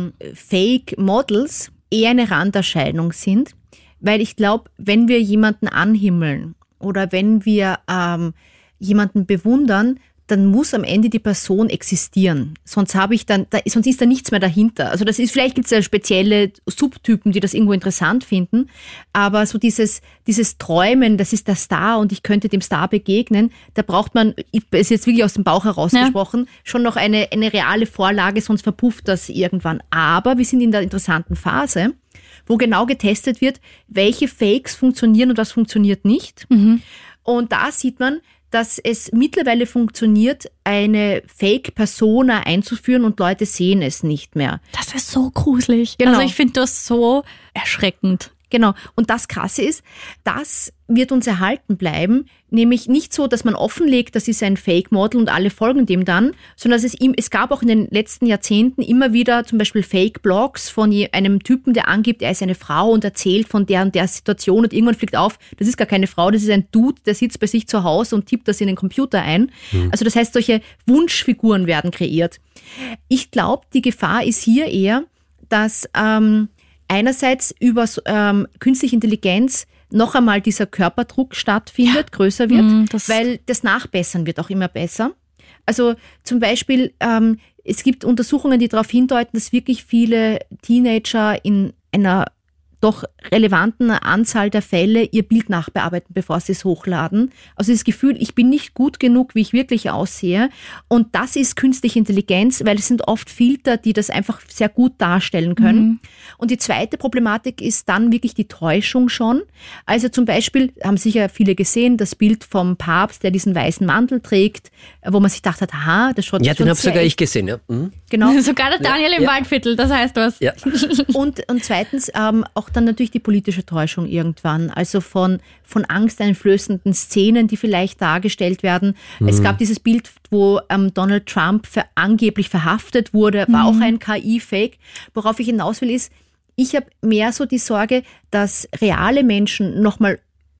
Fake Models eher eine Randerscheinung sind, weil ich glaube, wenn wir jemanden anhimmeln oder wenn wir jemanden bewundern, dann muss am Ende die Person existieren. Sonst ist da nichts mehr dahinter. Also vielleicht gibt es ja spezielle Subtypen, die das irgendwo interessant finden. Aber so dieses Träumen, das ist der Star und ich könnte dem Star begegnen, da braucht man, ist jetzt wirklich aus dem Bauch herausgesprochen, schon noch eine reale Vorlage, sonst verpufft das irgendwann. Aber wir sind in der interessanten Phase, wo genau getestet wird, welche Fakes funktionieren und was funktioniert nicht. Und da sieht man, dass es mittlerweile funktioniert, eine Fake-Persona einzuführen und Leute sehen es nicht mehr. Das ist so gruselig. Genau. Also ich finde das so erschreckend. Genau. Und das Krasse ist, das wird uns erhalten bleiben, nämlich nicht so, dass man offenlegt, das ist ein Fake-Model und alle folgen dem dann, sondern es gab auch in den letzten Jahrzehnten immer wieder zum Beispiel Fake-Blogs von einem Typen, der angibt, er ist eine Frau und erzählt von der und der Situation und irgendwann fliegt auf, das ist gar keine Frau, das ist ein Dude, der sitzt bei sich zu Hause und tippt das in den Computer ein. Also das heißt, solche Wunschfiguren werden kreiert. Ich glaube, die Gefahr ist hier eher, dass einerseits über künstliche Intelligenz noch einmal dieser Körperdruck stattfindet, größer wird, weil das Nachbessern wird auch immer besser. Also zum Beispiel, es gibt Untersuchungen, die darauf hindeuten, dass wirklich viele Teenager in einer doch relevanten Anzahl der Fälle ihr Bild nachbearbeiten, bevor sie es hochladen. Also das Gefühl, ich bin nicht gut genug, wie ich wirklich aussehe. Und das ist künstliche Intelligenz, weil es sind oft Filter, die das einfach sehr gut darstellen können. Und die zweite Problematik ist dann wirklich die Täuschung schon. Also zum Beispiel, haben sicher viele gesehen, das Bild vom Papst, der diesen weißen Mantel trägt, wo man sich gedacht hat, aha, das schaut ja, schon den habe sogar ich gesehen. Ja. Genau. Sogar der Daniel im Waldviertel, das heißt was. Ja. Und zweitens auch dann natürlich die politische Täuschung irgendwann, also von angsteinflößenden Szenen, die vielleicht dargestellt werden. Es gab dieses Bild, wo Donald Trump angeblich verhaftet wurde, war auch ein KI-Fake. Worauf ich hinaus will ist, ich habe mehr so die Sorge, dass reale Menschen nochmal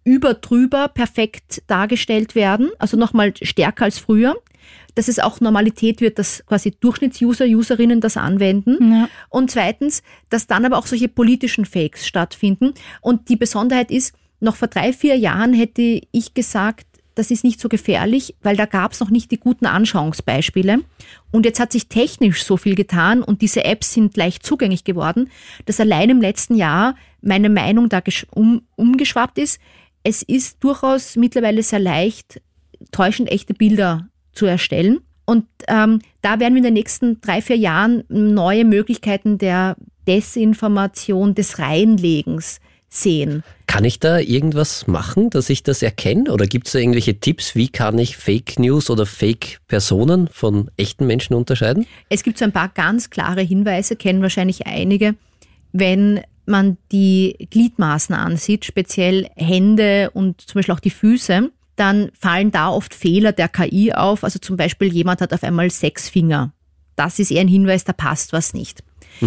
drüber perfekt dargestellt werden, also nochmal stärker als früher. Dass es auch Normalität wird, dass quasi Durchschnittsuser, Userinnen das anwenden. Ja. Und zweitens, dass dann aber auch solche politischen Fakes stattfinden. Und die Besonderheit ist, noch vor 3-4 Jahren hätte ich gesagt, das ist nicht so gefährlich, weil da gab es noch nicht die guten Anschauungsbeispiele. Und jetzt hat sich technisch so viel getan und diese Apps sind leicht zugänglich geworden, dass allein im letzten Jahr meine Meinung da umgeschwappt ist. Es ist durchaus mittlerweile sehr leicht, täuschend echte Bilder zu erstellen. Und da werden wir in den nächsten 3-4 Jahren neue Möglichkeiten der Desinformation, des Reinlegens sehen. Kann ich da irgendwas machen, dass ich das erkenne? Oder gibt es da irgendwelche Tipps, wie kann ich Fake News oder Fake Personen von echten Menschen unterscheiden? Es gibt so ein paar ganz klare Hinweise, kennen wahrscheinlich einige. Wenn man die Gliedmaßen ansieht, speziell Hände und zum Beispiel auch die Füße, dann fallen da oft Fehler der KI auf. Also zum Beispiel jemand hat auf einmal 6 Finger. Das ist eher ein Hinweis, da passt was nicht.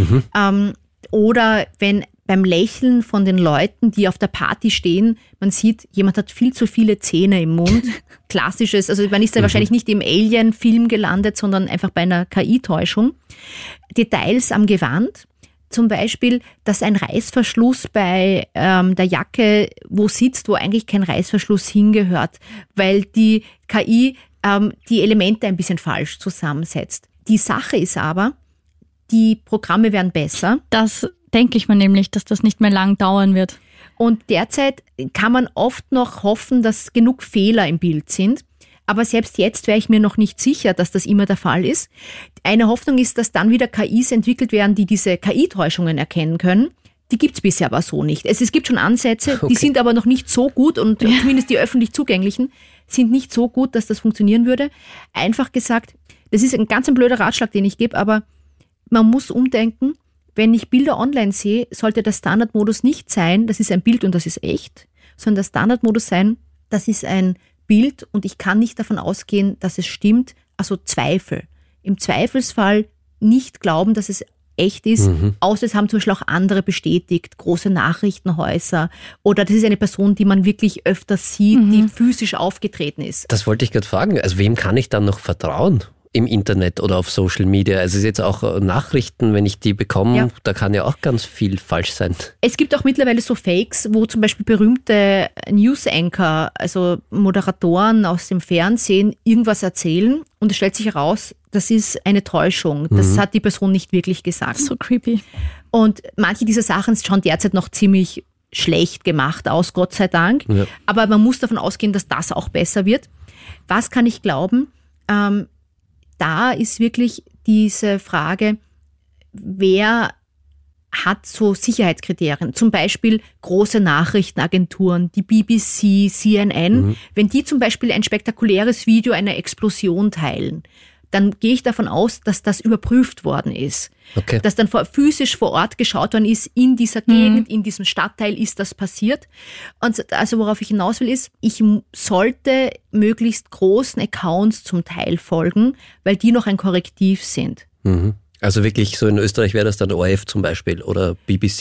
Oder wenn beim Lächeln von den Leuten, die auf der Party stehen, man sieht, jemand hat viel zu viele Zähne im Mund. Klassisches, also man ist ja wahrscheinlich nicht im Alien-Film gelandet, sondern einfach bei einer KI-Täuschung. Details am Gewand. Zum Beispiel, dass ein Reißverschluss bei der Jacke wo sitzt, wo eigentlich kein Reißverschluss hingehört, weil die KI die Elemente ein bisschen falsch zusammensetzt. Die Sache ist aber, die Programme werden besser. Das denke ich mir nämlich, dass das nicht mehr lang dauern wird. Und derzeit kann man oft noch hoffen, dass genug Fehler im Bild sind. Aber selbst jetzt wäre ich mir noch nicht sicher, dass das immer der Fall ist. Eine Hoffnung ist, dass dann wieder KIs entwickelt werden, die diese KI-Täuschungen erkennen können. Die gibt es bisher aber so nicht. Es gibt schon Ansätze, die sind aber noch nicht so gut und zumindest die öffentlich zugänglichen sind nicht so gut, dass das funktionieren würde. Einfach gesagt, das ist ein ganz blöder Ratschlag, den ich gebe, aber man muss umdenken. Wenn ich Bilder online sehe, sollte der Standardmodus nicht sein, das ist ein Bild und das ist echt, sondern der Standardmodus sein, das ist ein Bild und ich kann nicht davon ausgehen, dass es stimmt, also Zweifel. Im Zweifelsfall nicht glauben, dass es echt ist, außer es haben zum Beispiel auch andere bestätigt, große Nachrichtenhäuser oder das ist eine Person, die man wirklich öfter sieht, die physisch aufgetreten ist. Das wollte ich gerade fragen. Also wem kann ich dann noch vertrauen im Internet oder auf Social Media? Also es ist jetzt auch Nachrichten, wenn ich die bekomme, da kann ja auch ganz viel falsch sein. Es gibt auch mittlerweile so Fakes, wo zum Beispiel berühmte News-Anchor, also Moderatoren aus dem Fernsehen, irgendwas erzählen und es stellt sich heraus, das ist eine Täuschung. Das hat die Person nicht wirklich gesagt. So creepy. Und manche dieser Sachen schauen derzeit noch ziemlich schlecht gemacht aus, Gott sei Dank. Ja. Aber man muss davon ausgehen, dass das auch besser wird. Was kann ich glauben? Da ist wirklich diese Frage, wer hat so Sicherheitskriterien? Zum Beispiel große Nachrichtenagenturen, die BBC, CNN. Wenn die zum Beispiel ein spektakuläres Video einer Explosion teilen, dann gehe ich davon aus, dass das überprüft worden ist. Okay. Dass dann physisch vor Ort geschaut worden ist, in dieser Gegend, in diesem Stadtteil ist das passiert. Und also worauf ich hinaus will ist, ich sollte möglichst großen Accounts zum Teil folgen, weil die noch ein Korrektiv sind. Also wirklich so in Österreich wäre das dann ORF zum Beispiel oder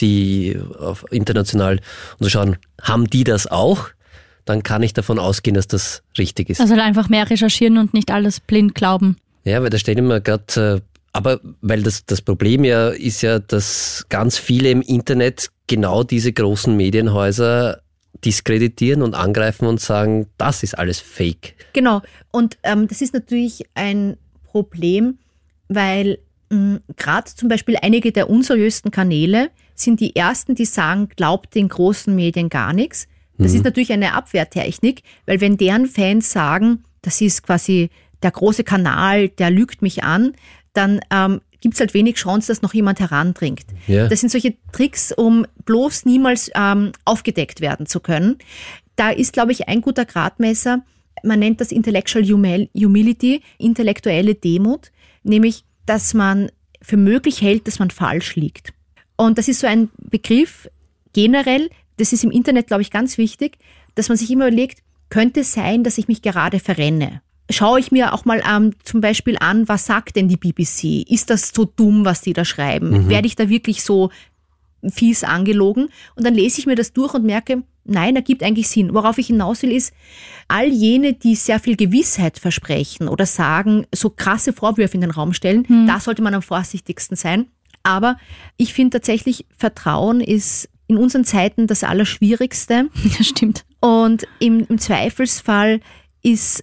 BBC auf international und zu schauen, haben die das auch? Dann kann ich davon ausgehen, dass das richtig ist. Also einfach mehr recherchieren und nicht alles blind glauben. Ja, weil da steht immer gerade, aber weil das Problem ja ist ja, dass ganz viele im Internet genau diese großen Medienhäuser diskreditieren und angreifen und sagen, das ist alles Fake. Genau, und das ist natürlich ein Problem, weil gerade zum Beispiel einige der unseriösten Kanäle sind die ersten, die sagen, glaubt den großen Medien gar nichts. Das ist natürlich eine Abwehrtechnik, weil wenn deren Fans sagen, das ist quasi der große Kanal, der lügt mich an, dann gibt es halt wenig Chance, dass noch jemand herandringt. Ja. Das sind solche Tricks, um bloß niemals aufgedeckt werden zu können. Da ist, glaube ich, ein guter Gradmesser, man nennt das Intellectual Humility, intellektuelle Demut, nämlich, dass man für möglich hält, dass man falsch liegt. Und das ist so ein Begriff generell, das ist im Internet, glaube ich, ganz wichtig, dass man sich immer überlegt, könnte es sein, dass ich mich gerade verrenne? Schaue ich mir auch mal zum Beispiel an, was sagt denn die BBC? Ist das so dumm, was die da schreiben? Werde ich da wirklich so fies angelogen? Und dann lese ich mir das durch und merke, nein, ergibt eigentlich Sinn. Worauf ich hinaus will, ist, all jene, die sehr viel Gewissheit versprechen oder sagen, so krasse Vorwürfe in den Raum stellen, da sollte man am vorsichtigsten sein. Aber ich finde tatsächlich, Vertrauen ist in unseren Zeiten das Allerschwierigste. Das stimmt. Und im Zweifelsfall ist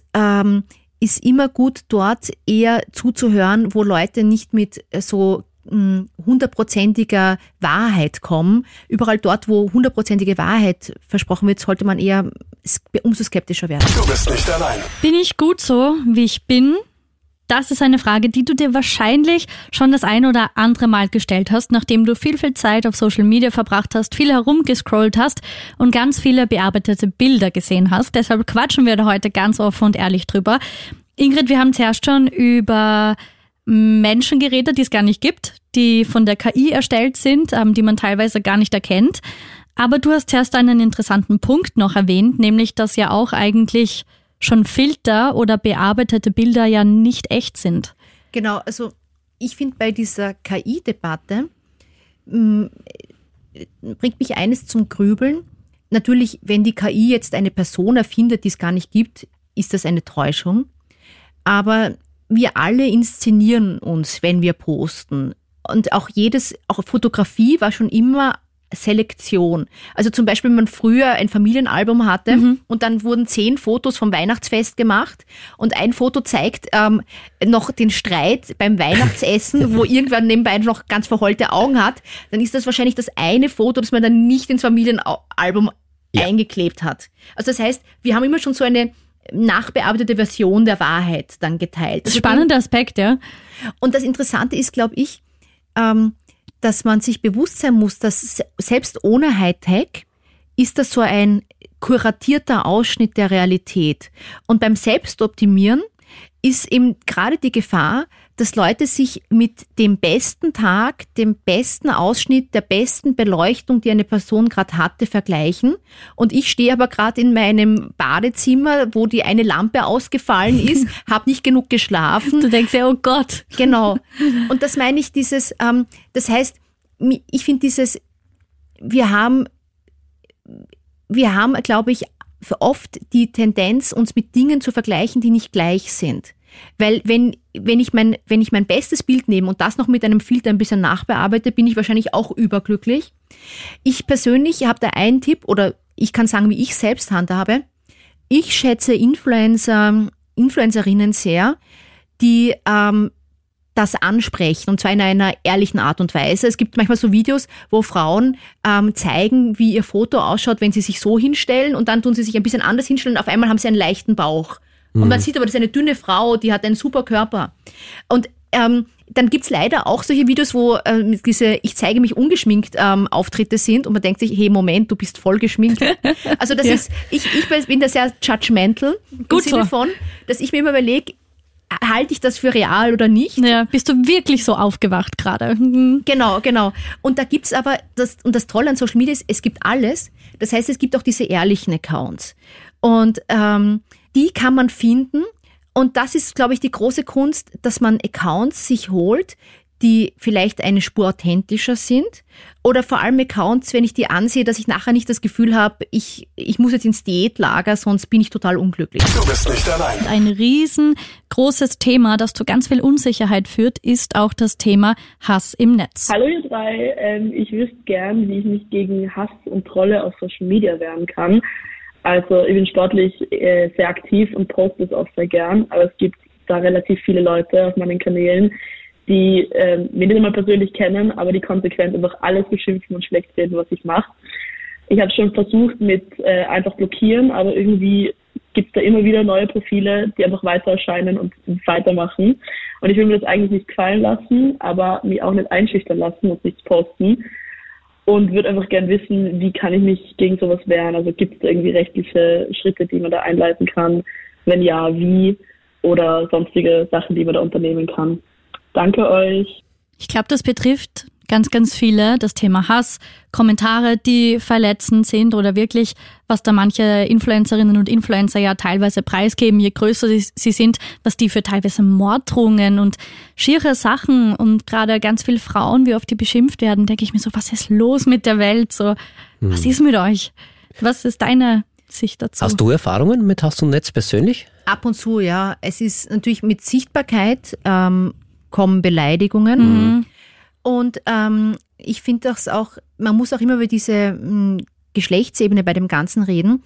immer gut, dort eher zuzuhören, wo Leute nicht mit so 100%iger Wahrheit kommen. Überall dort, wo 100%ige Wahrheit versprochen wird, sollte man eher umso skeptischer werden. Du bist nicht allein. Bin ich gut so, wie ich bin? Das ist eine Frage, die du dir wahrscheinlich schon das ein oder andere Mal gestellt hast, nachdem du viel Zeit auf Social Media verbracht hast, viel herumgescrollt hast und ganz viele bearbeitete Bilder gesehen hast. Deshalb quatschen wir da heute ganz offen und ehrlich drüber. Ingrid, wir haben zuerst schon über Menschen geredet, die es gar nicht gibt, die von der KI erstellt sind, die man teilweise gar nicht erkennt. Aber du hast zuerst einen interessanten Punkt noch erwähnt, nämlich, dass ja auch eigentlich schon Filter oder bearbeitete Bilder ja nicht echt sind. Genau, also ich finde bei dieser KI-Debatte bringt mich eines zum Grübeln. Natürlich, wenn die KI jetzt eine Person erfindet, die es gar nicht gibt, ist das eine Täuschung. Aber wir alle inszenieren uns, wenn wir posten. Und auch Fotografie war schon immer Selektion. Also zum Beispiel, wenn man früher ein Familienalbum hatte und dann wurden 10 Fotos vom Weihnachtsfest gemacht und ein Foto zeigt noch den Streit beim Weihnachtsessen, wo irgendwer nebenbei noch ganz verheulte Augen hat, dann ist das wahrscheinlich das eine Foto, das man dann nicht ins Familienalbum eingeklebt hat. Also das heißt, wir haben immer schon so eine nachbearbeitete Version der Wahrheit dann geteilt. Das ist ein spannender Aspekt, ja. Und das Interessante ist, glaube ich, dass man sich bewusst sein muss, dass selbst ohne Hightech ist das so ein kuratierter Ausschnitt der Realität. Und beim Selbstoptimieren ist eben gerade die Gefahr, dass Leute sich mit dem besten Tag, dem besten Ausschnitt, der besten Beleuchtung, die eine Person gerade hatte, vergleichen. Und ich stehe aber gerade in meinem Badezimmer, wo die eine Lampe ausgefallen ist, habe nicht genug geschlafen. Du denkst ja, oh Gott. Genau. Und das meine ich, das heißt, ich finde wir haben, glaube ich, oft die Tendenz, uns mit Dingen zu vergleichen, die nicht gleich sind. Weil wenn ich mein bestes Bild nehme und das noch mit einem Filter ein bisschen nachbearbeite, bin ich wahrscheinlich auch überglücklich. Ich persönlich habe da einen Tipp, oder ich kann sagen, wie ich selbst handhabe. Ich schätze Influencerinnen sehr, die das ansprechen, und zwar in einer ehrlichen Art und Weise. Es gibt manchmal so Videos, wo Frauen zeigen, wie ihr Foto ausschaut, wenn sie sich so hinstellen, und dann tun sie sich ein bisschen anders hinstellen und auf einmal haben sie einen leichten Bauch. Und man sieht aber, das ist eine dünne Frau, die hat einen super Körper. Und dann gibt's leider auch solche Videos, wo diese Ich zeige mich ungeschminkt Auftritte sind, und man denkt sich, hey, Moment, du bist voll geschminkt. Also das ist, ich bin da sehr judgmental, im Sinne von, dass ich mir immer überlege, halte ich das für real oder nicht? Ja, bist du wirklich so aufgewacht gerade? Genau. Und da gibt's aber, das Tolle an Social Media ist, es gibt alles. Das heißt, es gibt auch diese ehrlichen Accounts. Und die kann man finden. Und das ist, glaube ich, die große Kunst, dass man Accounts sich holt, die vielleicht eine Spur authentischer sind. Oder vor allem Accounts, wenn ich die ansehe, dass ich nachher nicht das Gefühl habe, ich muss jetzt ins Diätlager, sonst bin ich total unglücklich. Du bist nicht allein. Ein riesengroßes Thema, das zu ganz viel Unsicherheit führt, ist auch das Thema Hass im Netz. Hallo ihr drei, ich wüsste gern, wie ich mich gegen Hass und Trolle auf Social Media wehren kann. Also ich bin sportlich sehr aktiv und poste es auch sehr gern, aber es gibt da relativ viele Leute auf meinen Kanälen, die mich nicht immer persönlich kennen, aber die konsequent einfach alles beschimpfen und schlecht reden, was ich mache. Ich habe schon versucht mit einfach blockieren, aber irgendwie gibt es da immer wieder neue Profile, die einfach weiter erscheinen und weitermachen. Und ich will mir das eigentlich nicht gefallen lassen, aber mich auch nicht einschüchtern lassen und nichts posten. Und würde einfach gern wissen, wie kann ich mich gegen sowas wehren? Also gibt es da irgendwie rechtliche Schritte, die man da einleiten kann? Wenn ja, wie? Oder sonstige Sachen, die man da unternehmen kann. Danke euch. Ich glaube, das betrifft ganz, ganz viele, das Thema Hass, Kommentare, die verletzend sind oder wirklich, was da manche Influencerinnen und Influencer ja teilweise preisgeben, je größer sie sind, was die für teilweise Morddrohungen und schiere Sachen und gerade ganz viele Frauen, wie oft die beschimpft werden, denke ich mir so, was ist los mit der Welt? So, was ist mit euch? Was ist deine Sicht dazu? Hast du Erfahrungen mit Hass im Netz persönlich? Ab und zu, ja. Es ist natürlich mit Sichtbarkeit kommen Beleidigungen. Und ich finde das auch, man muss auch immer über diese Geschlechtsebene bei dem Ganzen reden.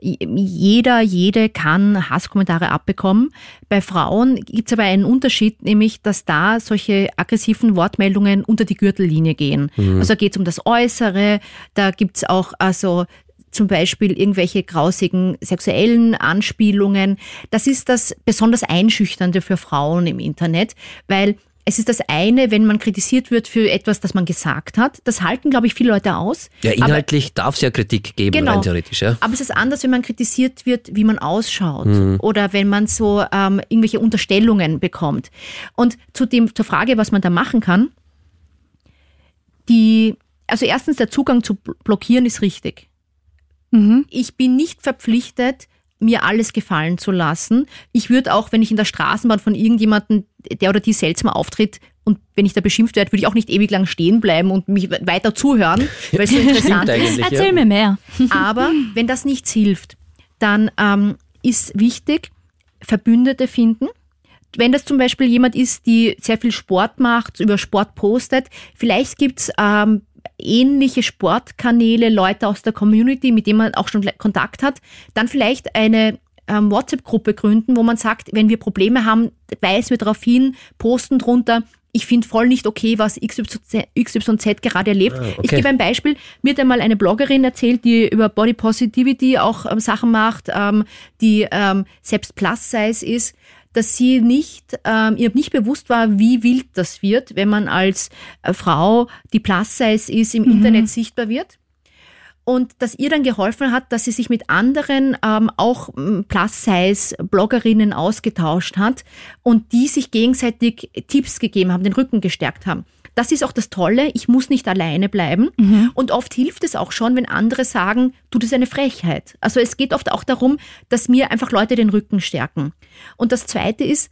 Jede kann Hasskommentare abbekommen. Bei Frauen gibt es aber einen Unterschied, nämlich, dass da solche aggressiven Wortmeldungen unter die Gürtellinie gehen. Also da geht es um das Äußere, da gibt es auch zum Beispiel irgendwelche grausigen sexuellen Anspielungen. Das ist das besonders Einschüchternde für Frauen im Internet, weil es ist das eine, wenn man kritisiert wird für etwas, das man gesagt hat. Das halten, glaube ich, viele Leute aus. Ja, inhaltlich darf es ja Kritik geben, genau, rein theoretisch. Ja. Aber es ist anders, wenn man kritisiert wird, wie man ausschaut oder wenn man so irgendwelche Unterstellungen bekommt. Und zur Frage, was man da machen kann, also erstens, der Zugang zu blockieren ist richtig. Ich bin nicht verpflichtet, mir alles gefallen zu lassen. Ich würde auch, wenn ich in der Straßenbahn von irgendjemandem, der oder die seltsam auftritt, und wenn ich da beschimpft werde, würde ich auch nicht ewig lang stehen bleiben und mich weiter zuhören, weil es so interessant ist. Erzähl mir mehr. Aber wenn das nichts hilft, dann ist wichtig, Verbündete finden. Wenn das zum Beispiel jemand ist, die sehr viel Sport macht, über Sport postet, vielleicht gibt's ähnliche Sportkanäle, Leute aus der Community, mit denen man auch schon Kontakt hat, dann vielleicht eine WhatsApp-Gruppe gründen, wo man sagt, wenn wir Probleme haben, weisen wir darauf hin, posten drunter, ich finde voll nicht okay, was XYZ gerade erlebt. Okay. Ich gebe ein Beispiel. Mir hat einmal eine Bloggerin erzählt, die über Body Positivity auch Sachen macht, die selbst Plus-Size ist, dass sie ihr nicht bewusst war, wie wild das wird, wenn man als Frau, die Plus-Size ist, im Internet sichtbar wird. und das ihr dann geholfen hat, dass sie sich mit anderen auch Plus-Size-Bloggerinnen ausgetauscht hat und die sich gegenseitig Tipps gegeben haben, den Rücken gestärkt haben. Das ist auch das Tolle, ich muss nicht alleine bleiben und oft hilft es auch schon, wenn andere sagen, du, das ist eine Frechheit. Also es geht oft auch darum, dass mir einfach Leute den Rücken stärken. Und das Zweite ist,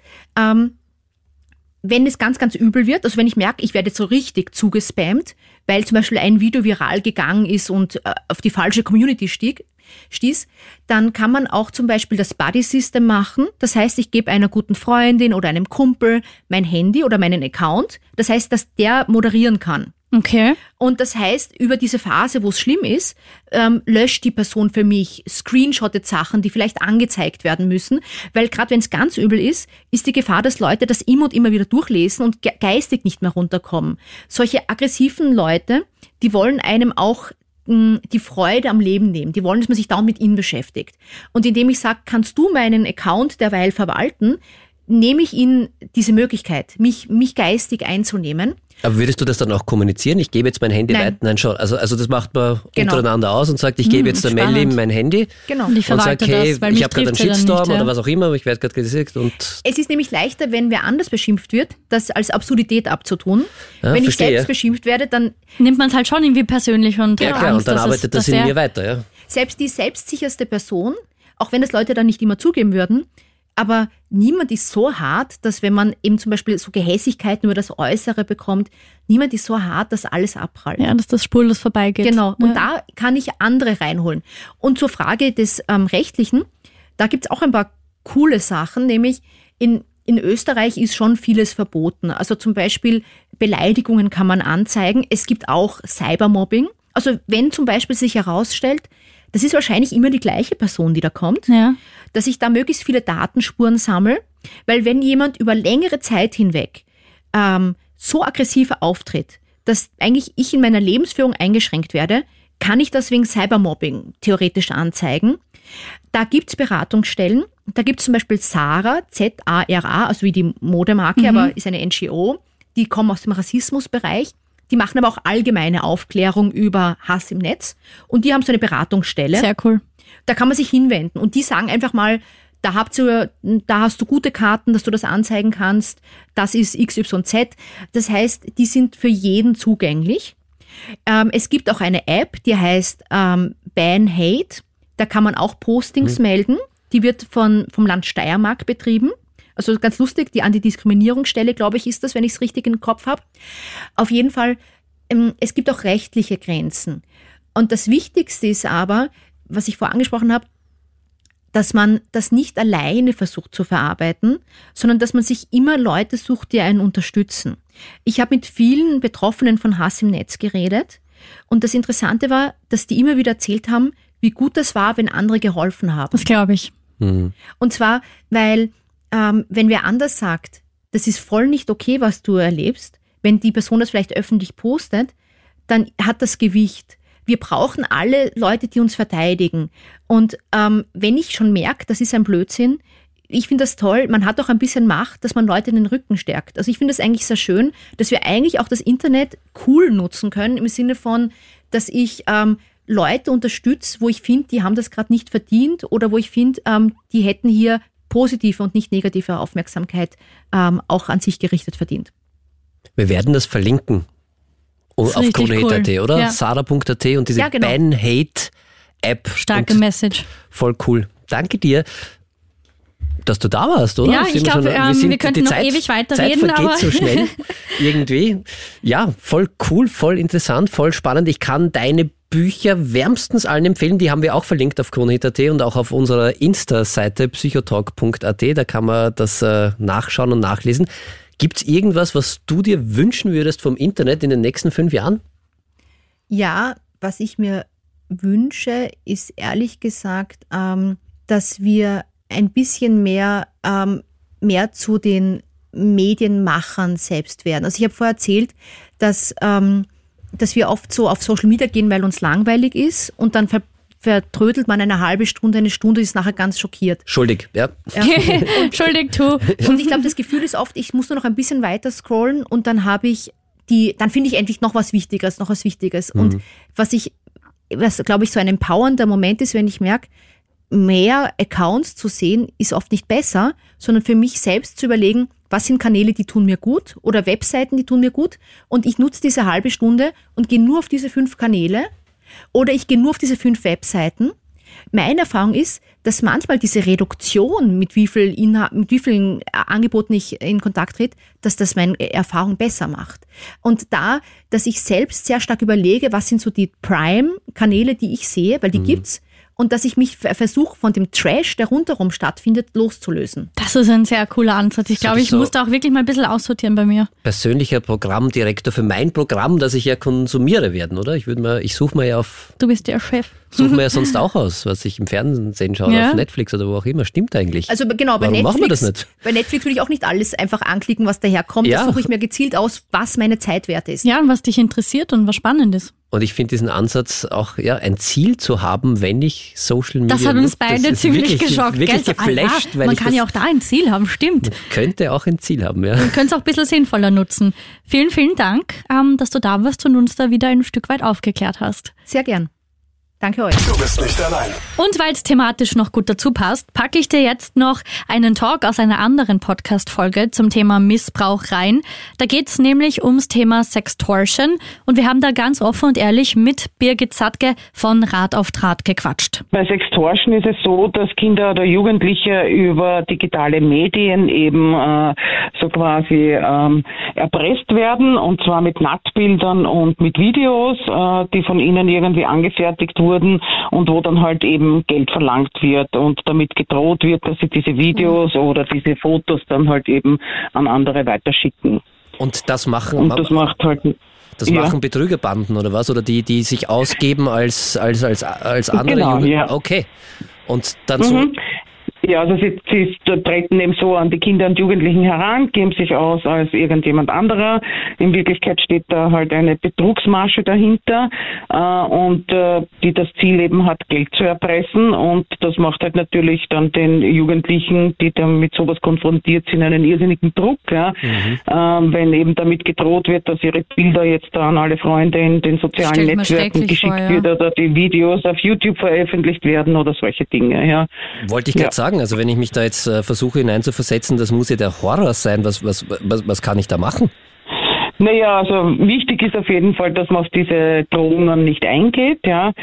wenn es ganz, ganz übel wird, also wenn ich merke, ich werde jetzt so richtig zugespammt, weil zum Beispiel ein Video viral gegangen ist und auf die falsche Community stieß, dann kann man auch zum Beispiel das Buddy-System machen. Das heißt, ich gebe einer guten Freundin oder einem Kumpel mein Handy oder meinen Account. Das heißt, dass der moderieren kann. Okay. Und das heißt, über diese Phase, wo es schlimm ist, löscht die Person für mich, screenshottet Sachen, die vielleicht angezeigt werden müssen. Weil gerade wenn es ganz übel ist, ist die Gefahr, dass Leute das immer und immer wieder durchlesen und geistig nicht mehr runterkommen. Solche aggressiven Leute, die wollen einem auch die Freude am Leben nehmen. Die wollen, dass man sich dauernd mit ihnen beschäftigt. Und indem ich sage, kannst du meinen Account derweil verwalten, nehme ich ihnen diese Möglichkeit, mich geistig einzunehmen. Aber würdest du das dann auch kommunizieren? Ich gebe jetzt mein Handy weiter. Nein, schon. Also das macht man untereinander aus und sagt, ich gebe jetzt der Melli mein Handy. Genau. Und ich verwalte und sage, hey, das, ich habe gerade einen Shitstorm oder was auch immer, aber ich werde gerade kritisiert. Es ist nämlich leichter, wenn wer anders beschimpft wird, das als Absurdität abzutun. Ja, wenn verstehe. ich selbst beschimpft werde, dann nimmt man es halt schon irgendwie persönlich und ja, klar, Angst, und dann arbeitet das in mir weiter. Ja. Selbst die selbstsicherste Person, auch wenn das Leute dann nicht immer zugeben würden, aber niemand ist so hart, dass wenn man eben zum Beispiel so Gehässigkeiten über das Äußere bekommt, niemand ist so hart, dass alles abprallt. Ja, dass das spurlos vorbeigeht. Genau, und da kann ich andere reinholen. Und zur Frage des Rechtlichen, da gibt's auch ein paar coole Sachen, nämlich in Österreich ist schon vieles verboten. Also zum Beispiel Beleidigungen kann man anzeigen. Es gibt auch Cybermobbing. Also wenn zum Beispiel sich herausstellt, das ist wahrscheinlich immer die gleiche Person, die da kommt, dass ich da möglichst viele Datenspuren sammle, weil wenn jemand über längere Zeit hinweg so aggressiv auftritt, dass eigentlich ich in meiner Lebensführung eingeschränkt werde, kann ich das wegen Cybermobbing theoretisch anzeigen. Da gibt's Beratungsstellen, da gibt's zum Beispiel Zara, Z-A-R-A, also wie die Modemarke, aber ist eine NGO, die kommen aus dem Rassismusbereich. Die machen aber auch allgemeine Aufklärung über Hass im Netz. Und die haben so eine Beratungsstelle. Sehr cool. Da kann man sich hinwenden. Und die sagen einfach mal, da hast du gute Karten, dass du das anzeigen kannst. Das ist XYZ. Das heißt, die sind für jeden zugänglich. Es gibt auch eine App, die heißt Ban Hate. Da kann man auch Postings melden. Die wird vom Land Steiermark betrieben. Also ganz lustig, die Antidiskriminierungsstelle, glaube ich, ist das, wenn ich es richtig im Kopf habe. Auf jeden Fall, es gibt auch rechtliche Grenzen. Und das Wichtigste ist aber, was ich vorher angesprochen habe, dass man das nicht alleine versucht zu verarbeiten, sondern dass man sich immer Leute sucht, die einen unterstützen. Ich habe mit vielen Betroffenen von Hass im Netz geredet und das Interessante war, dass die immer wieder erzählt haben, wie gut das war, wenn andere geholfen haben. Das glaube ich. Und zwar, weil wenn wer anders sagt, das ist voll nicht okay, was du erlebst, wenn die Person das vielleicht öffentlich postet, dann hat das Gewicht. Wir brauchen alle Leute, die uns verteidigen. Und wenn ich schon merke, das ist ein Blödsinn, ich finde das toll, man hat auch ein bisschen Macht, dass man Leute in den Rücken stärkt. Also ich finde das eigentlich sehr schön, dass wir eigentlich auch das Internet cool nutzen können, im Sinne von, dass ich Leute unterstütze, wo ich finde, die haben das gerade nicht verdient oder wo ich finde, die hätten hier positive und nicht negative Aufmerksamkeit auch an sich gerichtet verdient. Wir werden das verlinken auf KroneHit.at, cool. Oder? Ja. Sada.at und diese Ban Hate App. Starke Message. Voll cool. Danke dir, dass du da warst, oder? Ja, ich glaube, wir könnten noch ewig weiterreden. Zeit vergeht so schnell irgendwie. Ja, voll cool, voll interessant, voll spannend. Ich kann deine Bücher wärmstens allen empfehlen. Die haben wir auch verlinkt auf KroneHit.at und auch auf unserer Insta-Seite psychotalk.at. Da kann man das nachschauen und nachlesen. Gibt es irgendwas, was du dir wünschen würdest vom Internet in den nächsten 5 Jahren? Ja, was ich mir wünsche, ist ehrlich gesagt, dass wir ein bisschen mehr zu den Medienmachern selbst werden. Also ich habe vorher erzählt, dass wir oft so auf Social Media gehen, weil uns langweilig ist und dann vertrödelt man eine halbe Stunde, eine Stunde, ist nachher ganz schockiert. Schuldig, ja. Schuldig, du. Und ich glaube, das Gefühl ist oft, ich muss nur noch ein bisschen weiter scrollen und dann habe ich dann finde ich endlich noch was Wichtiges. Und was ich was, glaube ich, so ein empowernder Moment ist, wenn ich merke, mehr Accounts zu sehen, ist oft nicht besser, sondern für mich selbst zu überlegen, was sind Kanäle, die tun mir gut oder Webseiten, die tun mir gut und ich nutze diese halbe Stunde und gehe nur auf diese 5 Kanäle oder ich gehe nur auf diese 5 Webseiten. Meine Erfahrung ist, dass manchmal diese Reduktion, mit wie vielen Angeboten ich in Kontakt trete, dass das meine Erfahrung besser macht. Und dass ich selbst sehr stark überlege, was sind so die Prime-Kanäle, die ich sehe, weil die gibt's, und dass ich mich versuche, von dem Trash, der rundherum stattfindet, loszulösen. Das ist ein sehr cooler Ansatz. Ich glaube, ich muss da auch wirklich mal ein bisschen aussortieren bei mir. Persönlicher Programmdirektor für mein Programm, das ich ja konsumiere werden, oder? Ich suche mir ja auf... Du bist der Chef. Suchen wir ja sonst auch aus, was ich im Fernsehen schaue, auf Netflix oder wo auch immer. Stimmt eigentlich. Also genau, Warum machen wir das nicht? Bei Netflix würde ich auch nicht alles einfach anklicken, was daherkommt. Da suche ich mir gezielt aus, was meine Zeit wert ist. Ja, und was dich interessiert und was spannend ist. Und ich finde diesen Ansatz auch, ein Ziel zu haben, wenn ich Social Media Das hat uns beide ziemlich geschockt. Wirklich geflasht. Weil man kann ja auch da ein Ziel haben, stimmt. Man könnte auch ein Ziel haben, ja. Man könnte es auch ein bisschen sinnvoller nutzen. Vielen, vielen Dank, dass du da warst und uns da wieder ein Stück weit aufgeklärt hast. Sehr gern. Danke euch. Du bist nicht allein. Und weil es thematisch noch gut dazu passt, packe ich dir jetzt noch einen Talk aus einer anderen Podcast-Folge zum Thema Missbrauch rein. Da geht es nämlich ums Thema Sextortion und wir haben da ganz offen und ehrlich mit Birgit Sattke von Rat auf Draht gequatscht. Bei Sextortion ist es so, dass Kinder oder Jugendliche über digitale Medien eben so quasi erpresst werden, und zwar mit Nacktbildern und mit Videos, die von ihnen irgendwie angefertigt wurden und wo dann halt eben Geld verlangt wird und damit gedroht wird, dass sie diese Videos oder diese Fotos dann halt eben an andere weiterschicken. Und das machen machen Betrügerbanden oder was? Oder die sich ausgeben als andere Jugendliche? Ja. Okay. Und dann so... Ja, also sie treten eben so an die Kinder und Jugendlichen heran, geben sich aus als irgendjemand anderer. In Wirklichkeit steht da halt eine Betrugsmasche dahinter und die das Ziel eben hat, Geld zu erpressen, und das macht halt natürlich dann den Jugendlichen, die dann mit sowas konfrontiert sind, einen irrsinnigen Druck. Ja? Wenn eben damit gedroht wird, dass ihre Bilder jetzt da an alle Freunde in den sozialen Netzwerken geschickt wird oder die Videos auf YouTube veröffentlicht werden oder solche Dinge. Ja. Wollte ich gerade sagen. Also wenn ich mich da jetzt versuche hineinzuversetzen, das muss ja der Horror sein. Was kann ich da machen? Naja, also wichtig ist auf jeden Fall, dass man auf diese Drohungen nicht eingeht, ja.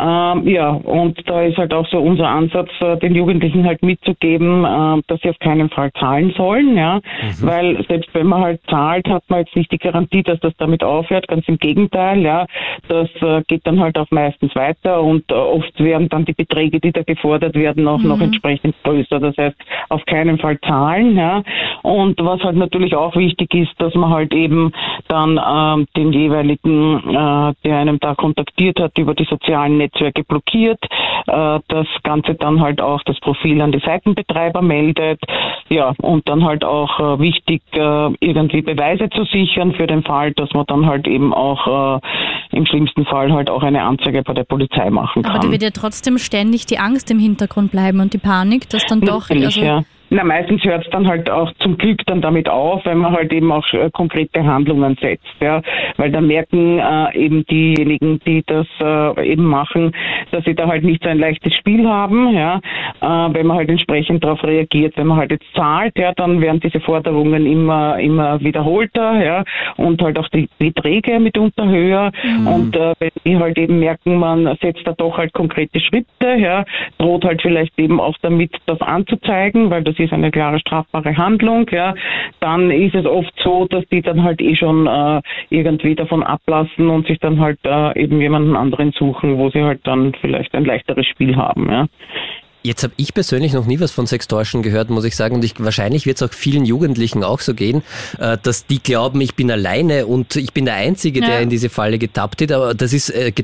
Und da ist halt auch so unser Ansatz, den Jugendlichen halt mitzugeben, dass sie auf keinen Fall zahlen sollen, ja. Weil selbst wenn man halt zahlt, hat man jetzt nicht die Garantie, dass das damit aufhört, ganz im Gegenteil, ja. Das geht dann halt auch meistens weiter, und oft werden dann die Beträge, die da gefordert werden, auch noch entsprechend größer. Das heißt, auf keinen Fall zahlen, ja. Und was halt natürlich auch wichtig ist, dass man halt eben dann den jeweiligen, der einem da kontaktiert hat, über die sozialen Netzwerke blockiert, das Ganze dann halt auch das Profil an die Seitenbetreiber meldet, ja, und dann halt auch wichtig, irgendwie Beweise zu sichern für den Fall, dass man dann halt eben auch im schlimmsten Fall halt auch eine Anzeige bei der Polizei machen kann. Aber da wird ja trotzdem ständig die Angst im Hintergrund bleiben und die Panik, dass dann doch... Na, meistens hört es dann halt auch zum Glück dann damit auf, wenn man halt eben auch konkrete Handlungen setzt, ja, weil dann merken eben diejenigen, die das eben machen, dass sie da halt nicht so ein leichtes Spiel haben, ja, wenn man halt entsprechend darauf reagiert. Wenn man halt jetzt zahlt, ja, dann werden diese Forderungen immer wiederholter, ja, und halt auch die Beträge mitunter höher, und wenn die halt eben merken, man setzt da doch halt konkrete Schritte, ja, droht halt vielleicht eben auch damit, das anzuzeigen, weil das ist eine klare strafbare Handlung, ja, dann ist es oft so, dass die dann halt schon irgendwie davon ablassen und sich dann halt eben jemanden anderen suchen, wo sie halt dann vielleicht ein leichteres Spiel haben, ja. Jetzt habe ich persönlich noch nie was von Sextortion gehört, muss ich sagen, und wahrscheinlich wird es auch vielen Jugendlichen auch so gehen, dass die glauben, ich bin alleine und ich bin der Einzige, der in diese Falle getappt ist, aber das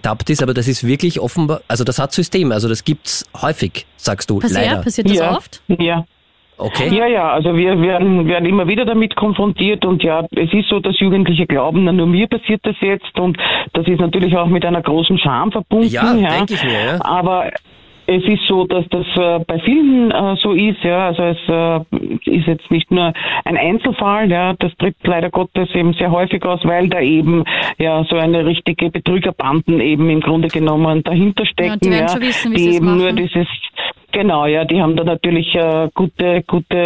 ist wirklich offenbar, also das hat System, also das gibt's häufig, sagst du, leider. Passiert das oft? Ja. Okay. Ja, also wir werden immer wieder damit konfrontiert, und ja, es ist so, dass Jugendliche glauben, nur mir passiert das jetzt, und das ist natürlich auch mit einer großen Scham verbunden. Ja, denke ich mir, ja. Es ist so, dass das bei vielen so ist, ja. Also es ist jetzt nicht nur ein Einzelfall, ja. Das tritt leider Gottes eben sehr häufig aus, weil da eben ja so eine richtige Betrügerbanden eben im Grunde genommen dahinter stecken, ja, die werden schon wissen, wie die sie es eben machen. nur dieses Genau, ja, die haben da natürlich gutes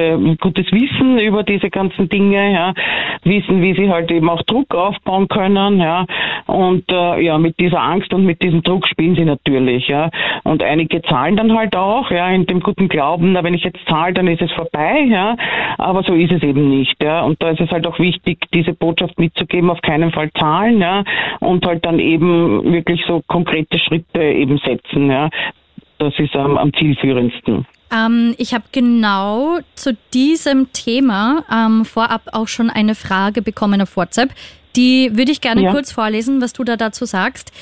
Wissen über diese ganzen Dinge, ja, wissen, wie sie halt eben auch Druck aufbauen können, ja, und ja, mit dieser Angst und mit diesem Druck spielen sie natürlich, ja, und einige zahlen dann halt auch, ja, in dem guten Glauben, na, wenn ich jetzt zahle, dann ist es vorbei, ja, aber so ist es eben nicht, ja, und da ist es halt auch wichtig, diese Botschaft mitzugeben, auf keinen Fall zahlen, ja, und halt dann eben wirklich so konkrete Schritte eben setzen, ja. Das ist am zielführendsten. Ich habe genau zu diesem Thema vorab auch schon eine Frage bekommen auf WhatsApp. Die würde ich gerne kurz vorlesen, was du da dazu sagst.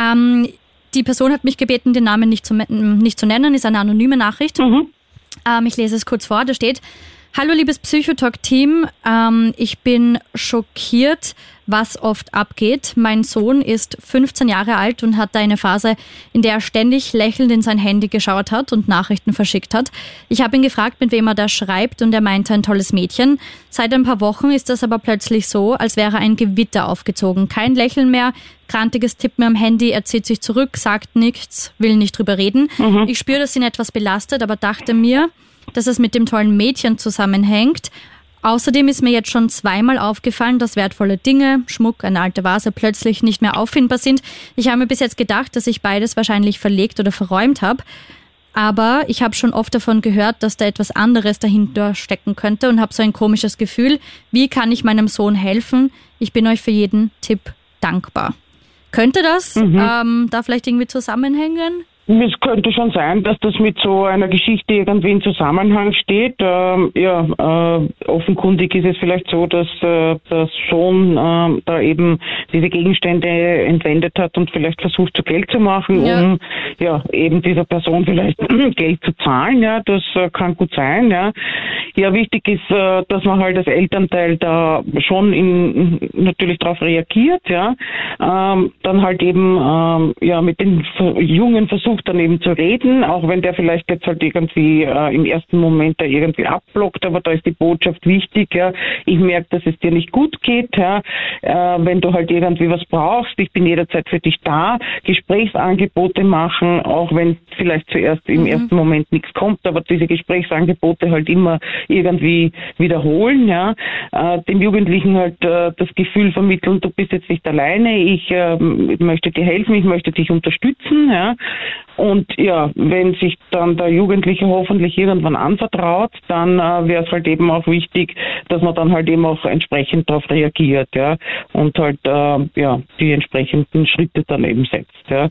Die Person hat mich gebeten, den Namen nicht zu nennen, ist eine anonyme Nachricht. Ich lese es kurz vor, da steht: Hallo liebes Psychotalk-Team, ich bin schockiert, was oft abgeht. Mein Sohn ist 15 Jahre alt und hatte eine Phase, in der er ständig lächelnd in sein Handy geschaut hat und Nachrichten verschickt hat. Ich habe ihn gefragt, mit wem er da schreibt, und er meinte, ein tolles Mädchen. Seit ein paar Wochen ist das aber plötzlich so, als wäre ein Gewitter aufgezogen. Kein Lächeln mehr, krantiges Tippen am Handy, er zieht sich zurück, sagt nichts, will nicht drüber reden. Ich spüre, dass ihn etwas belastet, aber dachte mir, dass es mit dem tollen Mädchen zusammenhängt. Außerdem ist mir jetzt schon zweimal aufgefallen, dass wertvolle Dinge, Schmuck, eine alte Vase plötzlich nicht mehr auffindbar sind. Ich habe mir bis jetzt gedacht, dass ich beides wahrscheinlich verlegt oder verräumt habe. Aber ich habe schon oft davon gehört, dass da etwas anderes dahinter stecken könnte und habe so ein komisches Gefühl. Wie kann ich meinem Sohn helfen? Ich bin euch für jeden Tipp dankbar. Könnte das da vielleicht irgendwie zusammenhängen? Es könnte schon sein, dass das mit so einer Geschichte irgendwie in Zusammenhang steht. Offenkundig ist es vielleicht so, dass das schon da eben diese Gegenstände entwendet hat und vielleicht versucht, zu Geld zu machen, um eben dieser Person vielleicht Geld zu zahlen. Ja, das kann gut sein. Ja, wichtig ist, dass man halt als Elternteil da schon natürlich darauf reagiert. Ja, dann halt eben mit den Jungen versucht dann eben zu reden, auch wenn der vielleicht jetzt halt irgendwie im ersten Moment da irgendwie abblockt, aber da ist die Botschaft wichtig, ja. Ich merke, dass es dir nicht gut geht, ja. Wenn du halt irgendwie was brauchst, ich bin jederzeit für dich da, Gesprächsangebote machen, auch wenn vielleicht zuerst im ersten Moment nichts kommt, aber diese Gesprächsangebote halt immer irgendwie wiederholen, ja. Dem Jugendlichen halt das Gefühl vermitteln, du bist jetzt nicht alleine, ich möchte dir helfen, ich möchte dich unterstützen, ja. Und ja, wenn sich dann der Jugendliche hoffentlich irgendwann anvertraut, dann wäre es halt eben auch wichtig, dass man dann halt eben auch entsprechend darauf reagiert, ja, und halt die entsprechenden Schritte dann eben setzt, ja.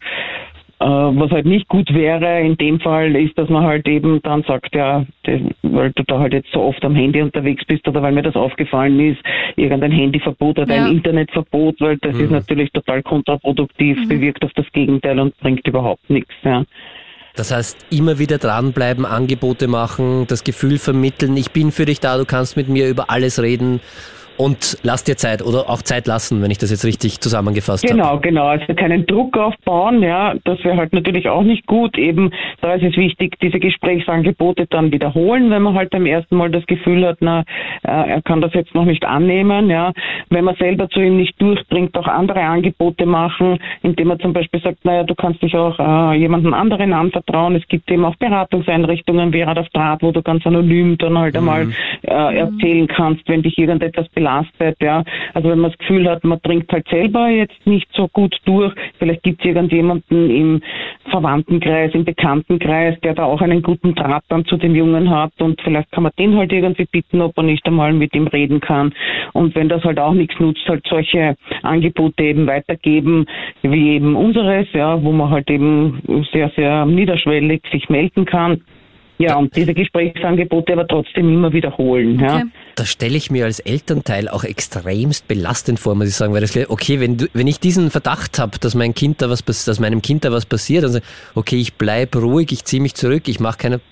Was halt nicht gut wäre in dem Fall ist, dass man halt eben dann sagt, ja, weil du da halt jetzt so oft am Handy unterwegs bist oder weil mir das aufgefallen ist, irgendein Handyverbot oder ein Internetverbot, weil das ist natürlich total kontraproduktiv, bewirkt auf das Gegenteil und bringt überhaupt nichts. Ja. Das heißt, immer wieder dranbleiben, Angebote machen, das Gefühl vermitteln, ich bin für dich da, du kannst mit mir über alles reden. Und lass dir Zeit oder auch Zeit lassen, wenn ich das jetzt richtig zusammengefasst habe. Genau. Also keinen Druck aufbauen, ja, das wäre halt natürlich auch nicht gut. Eben, da ist es wichtig, diese Gesprächsangebote dann wiederholen, wenn man halt beim ersten Mal das Gefühl hat, er kann das jetzt noch nicht annehmen, ja. Wenn man selber zu ihm nicht durchdringt, auch andere Angebote machen, indem man zum Beispiel sagt, du kannst dich auch jemandem anderen anvertrauen. Es gibt eben auch Beratungseinrichtungen wie Rat auf Draht, wo du ganz anonym dann halt einmal erzählen kannst, wenn dich irgendetwas belastet, ja. Also wenn man das Gefühl hat, man dringt halt selber jetzt nicht so gut durch, vielleicht gibt es irgendjemanden im Verwandtenkreis, im Bekanntenkreis, der da auch einen guten Draht dann zu dem Jungen hat und vielleicht kann man den halt irgendwie bitten, ob er nicht einmal mit ihm reden kann. Und wenn das halt auch nichts nutzt, halt solche Angebote eben weitergeben, wie eben unseres, ja, wo man halt eben sehr, sehr niederschwellig sich melden kann. Ja, und diese Gesprächsangebote aber trotzdem immer wiederholen. Okay. Ja. Das stelle ich mir als Elternteil auch extremst belastend vor, muss ich sagen, weil wenn ich diesen Verdacht habe, dass meinem Kind da was passiert, dann sage ich, okay, ich bleibe ruhig, ich ziehe mich zurück, ich mache keine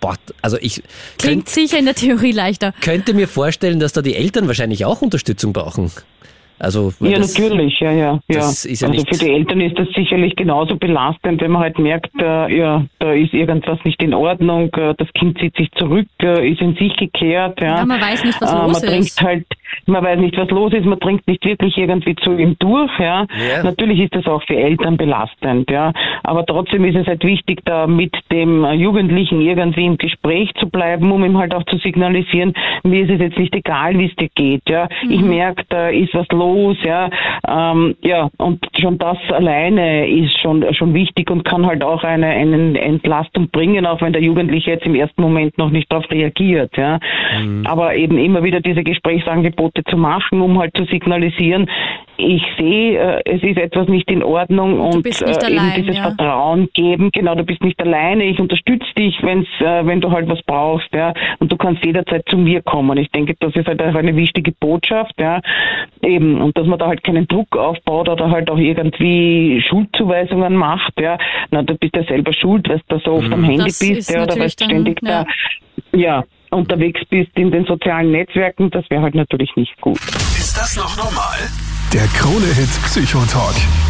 Klingt sicher in der Theorie leichter. Könnte mir vorstellen, dass da die Eltern wahrscheinlich auch Unterstützung brauchen. Also, ja, natürlich, ja. Das ist ja also für die Eltern ist das sicherlich genauso belastend, wenn man halt merkt, da ist irgendwas nicht in Ordnung, das Kind zieht sich zurück, ist in sich gekehrt. Ja, man weiß nicht, was los ist. Man weiß nicht, was los ist, man dringt nicht wirklich irgendwie zu ihm durch. Ja. Natürlich ist das auch für Eltern belastend, ja. Aber trotzdem ist es halt wichtig, da mit dem Jugendlichen irgendwie im Gespräch zu bleiben, um ihm halt auch zu signalisieren, mir ist es jetzt nicht egal, wie es dir geht. Ja. Ich merke, da ist was los, ja. Und schon das alleine ist schon wichtig und kann halt auch eine Entlastung bringen, auch wenn der Jugendliche jetzt im ersten Moment noch nicht darauf reagiert. Ja. Aber eben immer wieder diese Gesprächsangebote zu machen, um halt zu signalisieren, ich sehe, es ist etwas nicht in Ordnung und eben dieses Vertrauen geben. Genau, du bist nicht alleine, ich unterstütze dich, wenn du halt was brauchst, ja, und du kannst jederzeit zu mir kommen. Ich denke, das ist halt auch eine wichtige Botschaft, ja, eben, und dass man da halt keinen Druck aufbaut oder halt auch irgendwie Schuldzuweisungen macht, ja, na, du bist ja selber schuld, weil du da so oft am Handy bist, ja, oder weil du ständig unterwegs bist in den sozialen Netzwerken, das wäre halt natürlich nicht gut. Ist das noch normal? Der Krone-Hit Psychotalk.